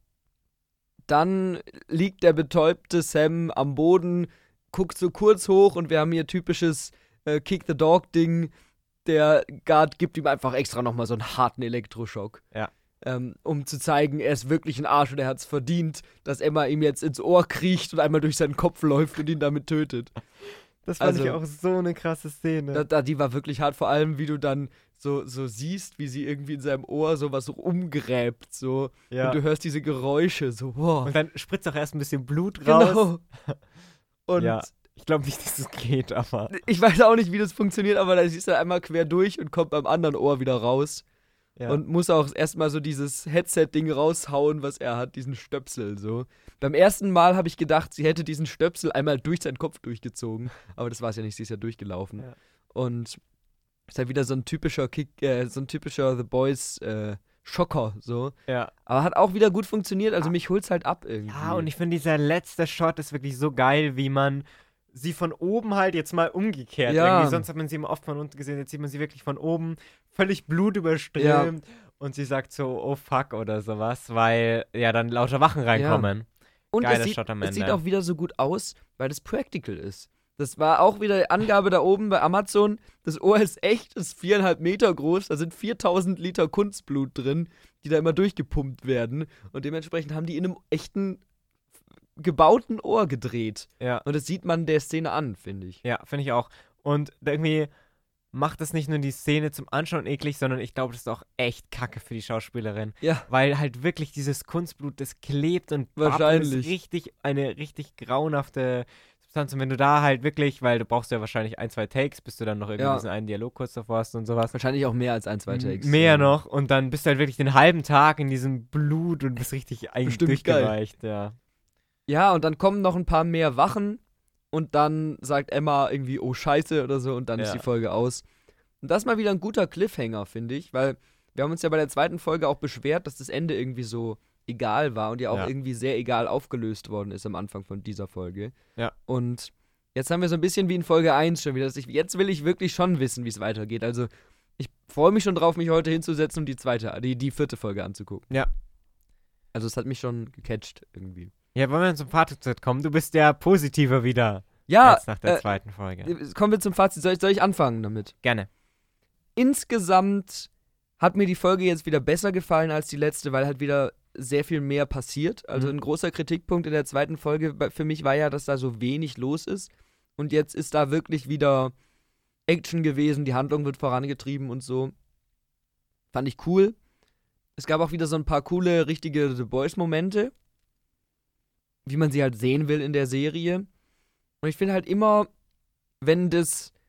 Dann liegt der betäubte Sam am Boden, guckt so kurz hoch und wir haben hier typisches Kick-the-Dog-Ding. Der Guard gibt ihm einfach extra nochmal so einen harten Elektroschock. Ja. Um zu zeigen, er ist wirklich ein Arsch und er hat es verdient, dass Emma ihm jetzt ins Ohr kriecht und einmal durch seinen Kopf läuft und ihn damit tötet. Das fand Also- ich auch so eine krasse Szene. Die war wirklich hart, vor allem wie du dann so siehst, wie sie irgendwie in seinem Ohr sowas so umgräbt, so. Ja. Und du hörst diese Geräusche, so, wow. Und dann spritzt auch erst ein bisschen Blut raus. Genau. Und Ja. Ich glaube nicht, dass es geht, aber. ich weiß auch nicht, wie das funktioniert, aber da siehst du einmal quer durch und kommt beim anderen Ohr wieder raus. Ja. Und muss auch erstmal so dieses Headset-Ding raushauen, was er hat, diesen Stöpsel, so. Beim ersten Mal habe ich gedacht, sie hätte diesen Stöpsel einmal durch seinen Kopf durchgezogen. Aber das war es ja nicht, sie ist ja durchgelaufen. Ja. Und ist halt wieder so ein typischer so ein typischer The Boys Schocker, so. Ja. Aber hat auch wieder gut funktioniert, also mich holt's halt ab irgendwie. Ja, und ich finde, dieser letzte Shot ist wirklich so geil, wie man sie von oben halt jetzt mal umgekehrt. Ja. Irgendwie. Sonst hat man sie immer oft von unten gesehen, jetzt sieht man sie wirklich von oben völlig blutüberströmt. Und sie sagt so, oh fuck oder sowas, weil ja dann lauter Wachen reinkommen. Und Geiler es Shot am sieht Ende. auch wieder so gut aus, weil es practical ist. Das war auch wieder Angabe da oben bei Amazon. Das Ohr ist echt, ist 4,5 Meter groß. Da sind 4000 Liter Kunstblut drin, die da immer durchgepumpt werden. Und dementsprechend haben die in einem echten, gebauten Ohr gedreht. Ja. Und das sieht man der Szene an, finde ich. Ja, finde ich auch. Und irgendwie macht es nicht nur die Szene zum Anschauen eklig, sondern ich glaube, das ist auch echt kacke für die Schauspielerin. Ja. Weil halt wirklich dieses Kunstblut, das klebt und Wahrscheinlich. ist eine richtig grauenhafte Substanz. Und wenn du da halt wirklich, weil du brauchst ja wahrscheinlich 1, 2 Takes, bis du dann noch irgendwie Ja. diesen einen Dialog kurz davor hast und sowas. Wahrscheinlich auch mehr als 1, 2 Takes. Mehr noch. Und dann bist du halt wirklich den halben Tag in diesem Blut und bist richtig eigentlich Bestimmt geil. durchgeweicht. Ja. Ja, und dann kommen noch ein paar mehr Wachen und dann sagt Emma irgendwie, oh Scheiße oder so und dann ist Ja. die Folge aus. Und das ist mal wieder ein guter Cliffhanger, finde ich, weil wir haben uns ja bei der zweiten Folge auch beschwert, dass das Ende irgendwie so egal war und ja auch Ja. irgendwie sehr egal aufgelöst worden ist am Anfang von dieser Folge. Ja. Und jetzt haben wir so ein bisschen wie in Folge 1 schon wieder, jetzt will ich wirklich schon wissen, wie es weitergeht. Also ich freue mich schon drauf, mich heute hinzusetzen und die 4. Folge anzugucken. Ja. Also es hat mich schon gecatcht irgendwie. Ja, wollen wir zum Fazit kommen? Du bist ja positiver wieder Ja, als nach der zweiten Folge. kommen wir zum Fazit. Soll ich anfangen damit? Gerne. Insgesamt hat mir die Folge jetzt wieder besser gefallen als die letzte, weil halt wieder sehr viel mehr passiert. Also ein großer Kritikpunkt in der zweiten Folge für mich war ja, dass da so wenig los ist. Und jetzt ist da wirklich wieder Action gewesen, die Handlung wird vorangetrieben und so. Fand ich cool. Es gab auch wieder so ein paar coole, richtige The Boys-Momente, wie man sie halt sehen will in der Serie. Und ich finde halt immer, wenn sie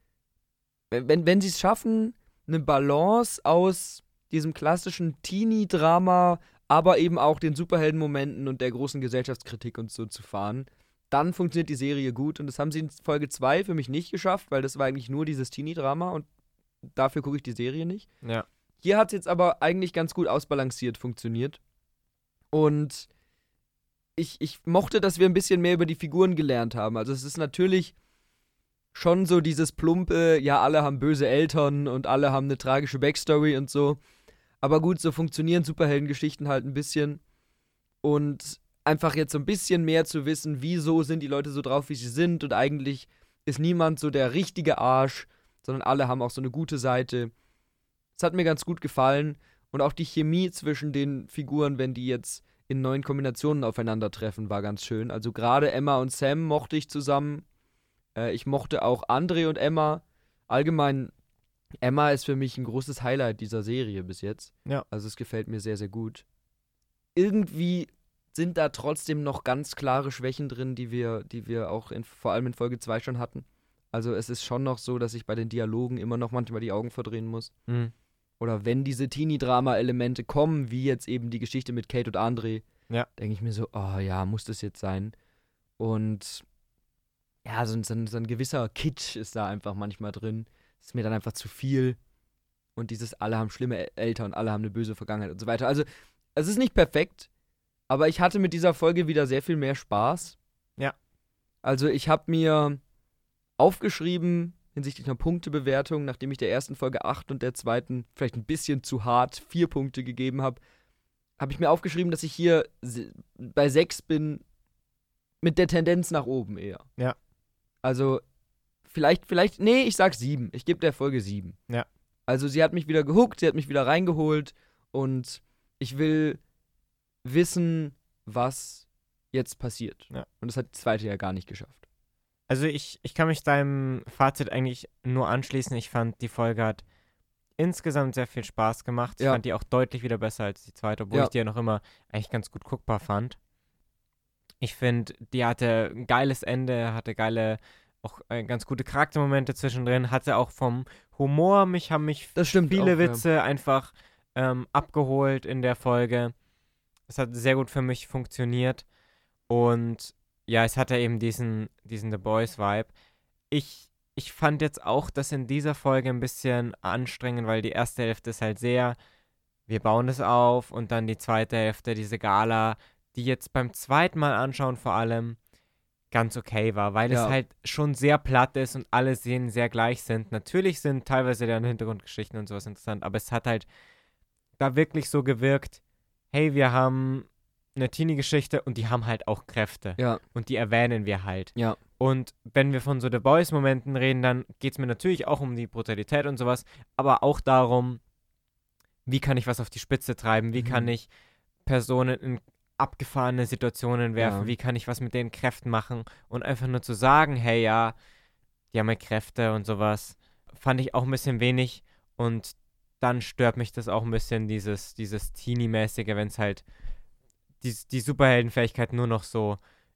es schaffen, eine Balance aus diesem klassischen Teenie-Drama, aber eben auch den Superhelden-Momenten und der großen Gesellschaftskritik und so zu fahren, dann funktioniert die Serie gut. Und das haben sie in Folge 2 für mich nicht geschafft, weil das war eigentlich nur dieses Teenie-Drama und dafür gucke ich die Serie nicht. Ja. Hier hat es jetzt aber eigentlich ganz gut ausbalanciert funktioniert. Und ich mochte, dass wir ein bisschen mehr über die Figuren gelernt haben. Also es ist natürlich schon so dieses plumpe, ja, alle haben böse Eltern und alle haben eine tragische Backstory und so. Aber gut, so funktionieren Superheldengeschichten halt ein bisschen. Und einfach jetzt so ein bisschen mehr zu wissen, wieso sind die Leute so drauf, wie sie sind. Und eigentlich ist niemand so der richtige Arsch, sondern alle haben auch so eine gute Seite. Das hat mir ganz gut gefallen. Und auch die Chemie zwischen den Figuren, wenn die jetzt in neuen Kombinationen aufeinandertreffen, war ganz schön. Also gerade Emma und Sam mochte ich zusammen. Ich mochte auch André und Emma. Allgemein, Emma ist für mich ein großes Highlight dieser Serie bis jetzt. Ja. Also es gefällt mir sehr, sehr gut. Irgendwie sind da trotzdem noch ganz klare Schwächen drin, die wir auch vor allem in Folge 2 schon hatten. Also es ist schon noch so, dass ich bei den Dialogen immer noch manchmal die Augen verdrehen muss. Mhm. Oder wenn diese Teenie-Drama-Elemente kommen, wie jetzt eben die Geschichte mit Kate und André, denke ich mir so, oh ja, muss das jetzt sein? Und ja, so ein gewisser Kitsch ist da einfach manchmal drin. Das ist mir dann einfach zu viel. Und dieses, alle haben schlimme Eltern, alle haben eine böse Vergangenheit und so weiter. Also, es ist nicht perfekt, aber ich hatte mit dieser Folge wieder sehr viel mehr Spaß. Ja. Also, ich habe mir aufgeschrieben, hinsichtlich einer Punktebewertung, nachdem ich der ersten Folge 8 und der zweiten vielleicht ein bisschen zu hart 4 Punkte gegeben habe, habe ich mir aufgeschrieben, dass ich hier bei 6 bin, mit der Tendenz nach oben eher. Ja. Also, vielleicht, nee, ich sag 7. Ich gebe der Folge 7. Ja. Also, sie hat mich wieder gehuckt, sie hat mich wieder reingeholt und ich will wissen, was jetzt passiert. Ja. Und das hat die zweite ja gar nicht geschafft. Also ich kann mich deinem Fazit eigentlich nur anschließen. Ich fand, die Folge hat insgesamt sehr viel Spaß gemacht. Ich fand die auch deutlich wieder besser als die zweite, obwohl ich die ja noch immer eigentlich ganz gut guckbar fand. Ich finde, die hatte ein geiles Ende, hatte auch ganz gute Charaktermomente zwischendrin, hatte auch vom Humor, haben mich viele Witze einfach abgeholt in der Folge. Es hat sehr gut für mich funktioniert und ja, es hatte eben diesen The Boys-Vibe. Ich fand jetzt auch das in dieser Folge ein bisschen anstrengend, weil die erste Hälfte ist halt sehr, wir bauen das auf und dann die zweite Hälfte, diese Gala, die jetzt beim zweiten Mal anschauen vor allem ganz okay war, weil es halt schon sehr platt ist und alle Szenen sehr gleich sind. Natürlich sind teilweise deren Hintergrundgeschichten und sowas interessant, aber es hat halt da wirklich so gewirkt, hey, wir haben eine Teenie-Geschichte und die haben halt auch Kräfte. Ja. Und die erwähnen wir halt. Ja. Und wenn wir von so The Boys-Momenten reden, dann geht es mir natürlich auch um die Brutalität und sowas, aber auch darum, wie kann ich was auf die Spitze treiben, wie kann ich Personen in abgefahrene Situationen werfen, wie kann ich was mit den Kräften machen und einfach nur zu sagen, hey, ja, die haben ja Kräfte und sowas, fand ich auch ein bisschen wenig und dann stört mich das auch ein bisschen, dieses Teenie-mäßige, wenn es halt die Superheldenfähigkeiten nur noch so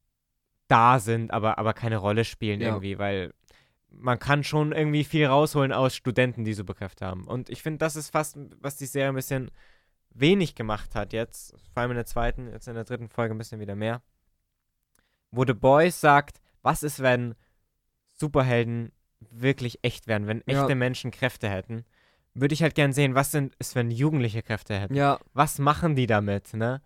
da sind, aber keine Rolle spielen irgendwie, weil man kann schon irgendwie viel rausholen aus Studenten, die Superkräfte haben. Und ich finde, das ist fast, was die Serie ein bisschen wenig gemacht hat jetzt, vor allem in der zweiten, jetzt in der dritten Folge ein bisschen wieder mehr, wo The Boys sagt, was ist, wenn Superhelden wirklich echt wären, wenn echte Menschen Kräfte hätten, würde ich halt gern sehen, was ist, wenn Jugendliche Kräfte hätten. Ja. Was machen die damit, ne?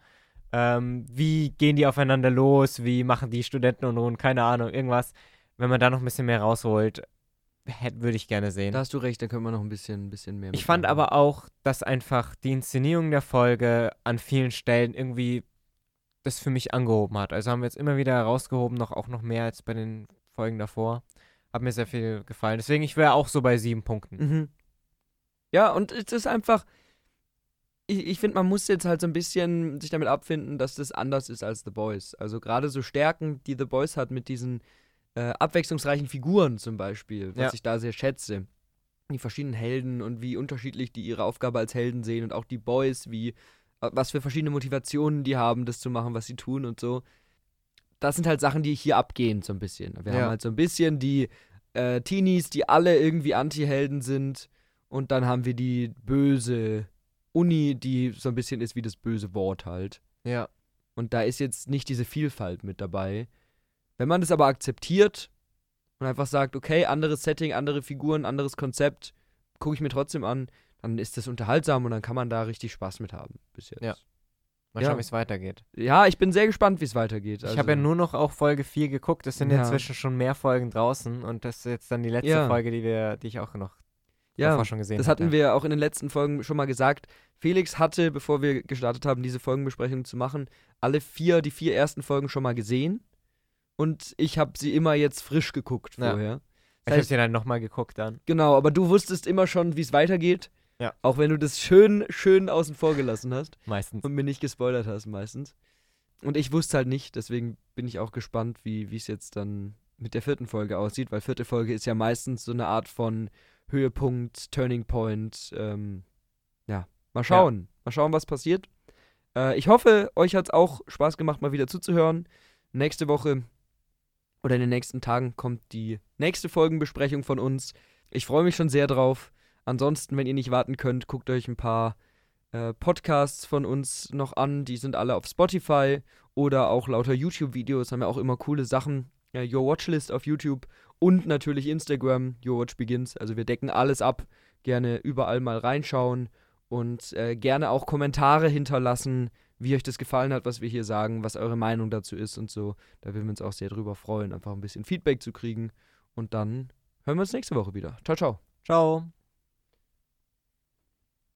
Wie gehen die aufeinander los? Wie machen die Studenten und keine Ahnung, irgendwas. Wenn man da noch ein bisschen mehr rausholt, würde ich gerne sehen. Da hast du recht, da können wir noch ein bisschen mehr. Ich fand aber auch, dass einfach die Inszenierung der Folge an vielen Stellen irgendwie das für mich angehoben hat. Also haben wir jetzt immer wieder herausgehoben, auch noch mehr als bei den Folgen davor. Hat mir sehr viel gefallen. Deswegen, ich wäre auch so bei 7 Punkten. Ja, und es ist einfach, ich finde, man muss jetzt halt so ein bisschen sich damit abfinden, dass das anders ist als The Boys. Also gerade so Stärken, die The Boys hat mit diesen abwechslungsreichen Figuren zum Beispiel, was ich da sehr schätze. Die verschiedenen Helden und wie unterschiedlich die ihre Aufgabe als Helden sehen und auch die Boys, was für verschiedene Motivationen die haben, das zu machen, was sie tun und so. Das sind halt Sachen, die hier abgehen so ein bisschen. Wir haben halt so ein bisschen die Teenies, die alle irgendwie Anti-Helden sind und dann haben wir die böse Uni, die so ein bisschen ist wie das böse Wort halt. Ja. Und da ist jetzt nicht diese Vielfalt mit dabei. Wenn man das aber akzeptiert und einfach sagt, okay, anderes Setting, andere Figuren, anderes Konzept, gucke ich mir trotzdem an, dann ist das unterhaltsam und dann kann man da richtig Spaß mit haben bis jetzt. Ja. Mal schauen, wie es weitergeht. Ja, ich bin sehr gespannt, wie es weitergeht. Ich habe ja nur noch auch Folge 4 geguckt, es sind inzwischen schon mehr Folgen draußen und das ist jetzt dann die letzte Folge, die ich auch noch davor schon gesehen habe. Das hatten wir auch in den letzten Folgen schon mal gesagt. Felix hatte, bevor wir gestartet haben, diese Folgenbesprechung zu machen, die 4 ersten Folgen schon mal gesehen und ich habe sie immer jetzt frisch geguckt vorher. Ich habe sie dann nochmal geguckt dann. Genau, aber du wusstest immer schon, wie es weitergeht. Ja. Auch wenn du das schön außen vor gelassen hast. Meistens. Und mir nicht gespoilert hast meistens. Und ich wusste halt nicht, deswegen bin ich auch gespannt, wie es jetzt dann mit der 4. Folge aussieht, weil 4. Folge ist ja meistens so eine Art von Höhepunkt, Turning Point. Mal schauen. Mal schauen, was passiert. Ich hoffe, euch hat es auch Spaß gemacht, mal wieder zuzuhören. Nächste Woche oder in den nächsten Tagen kommt die nächste Folgenbesprechung von uns. Ich freue mich schon sehr drauf. Ansonsten, wenn ihr nicht warten könnt, guckt euch ein paar Podcasts von uns noch an. Die sind alle auf Spotify oder auch lauter YouTube-Videos. Haben ja auch immer coole Sachen. Your Watchlist auf YouTube und natürlich Instagram, Your Watch Begins. Also wir decken alles ab. Gerne überall mal reinschauen und gerne auch Kommentare hinterlassen, wie euch das gefallen hat, was wir hier sagen, was eure Meinung dazu ist und so. Da würden wir uns auch sehr drüber freuen, einfach ein bisschen Feedback zu kriegen. Und dann hören wir uns nächste Woche wieder. Ciao, ciao. Ciao.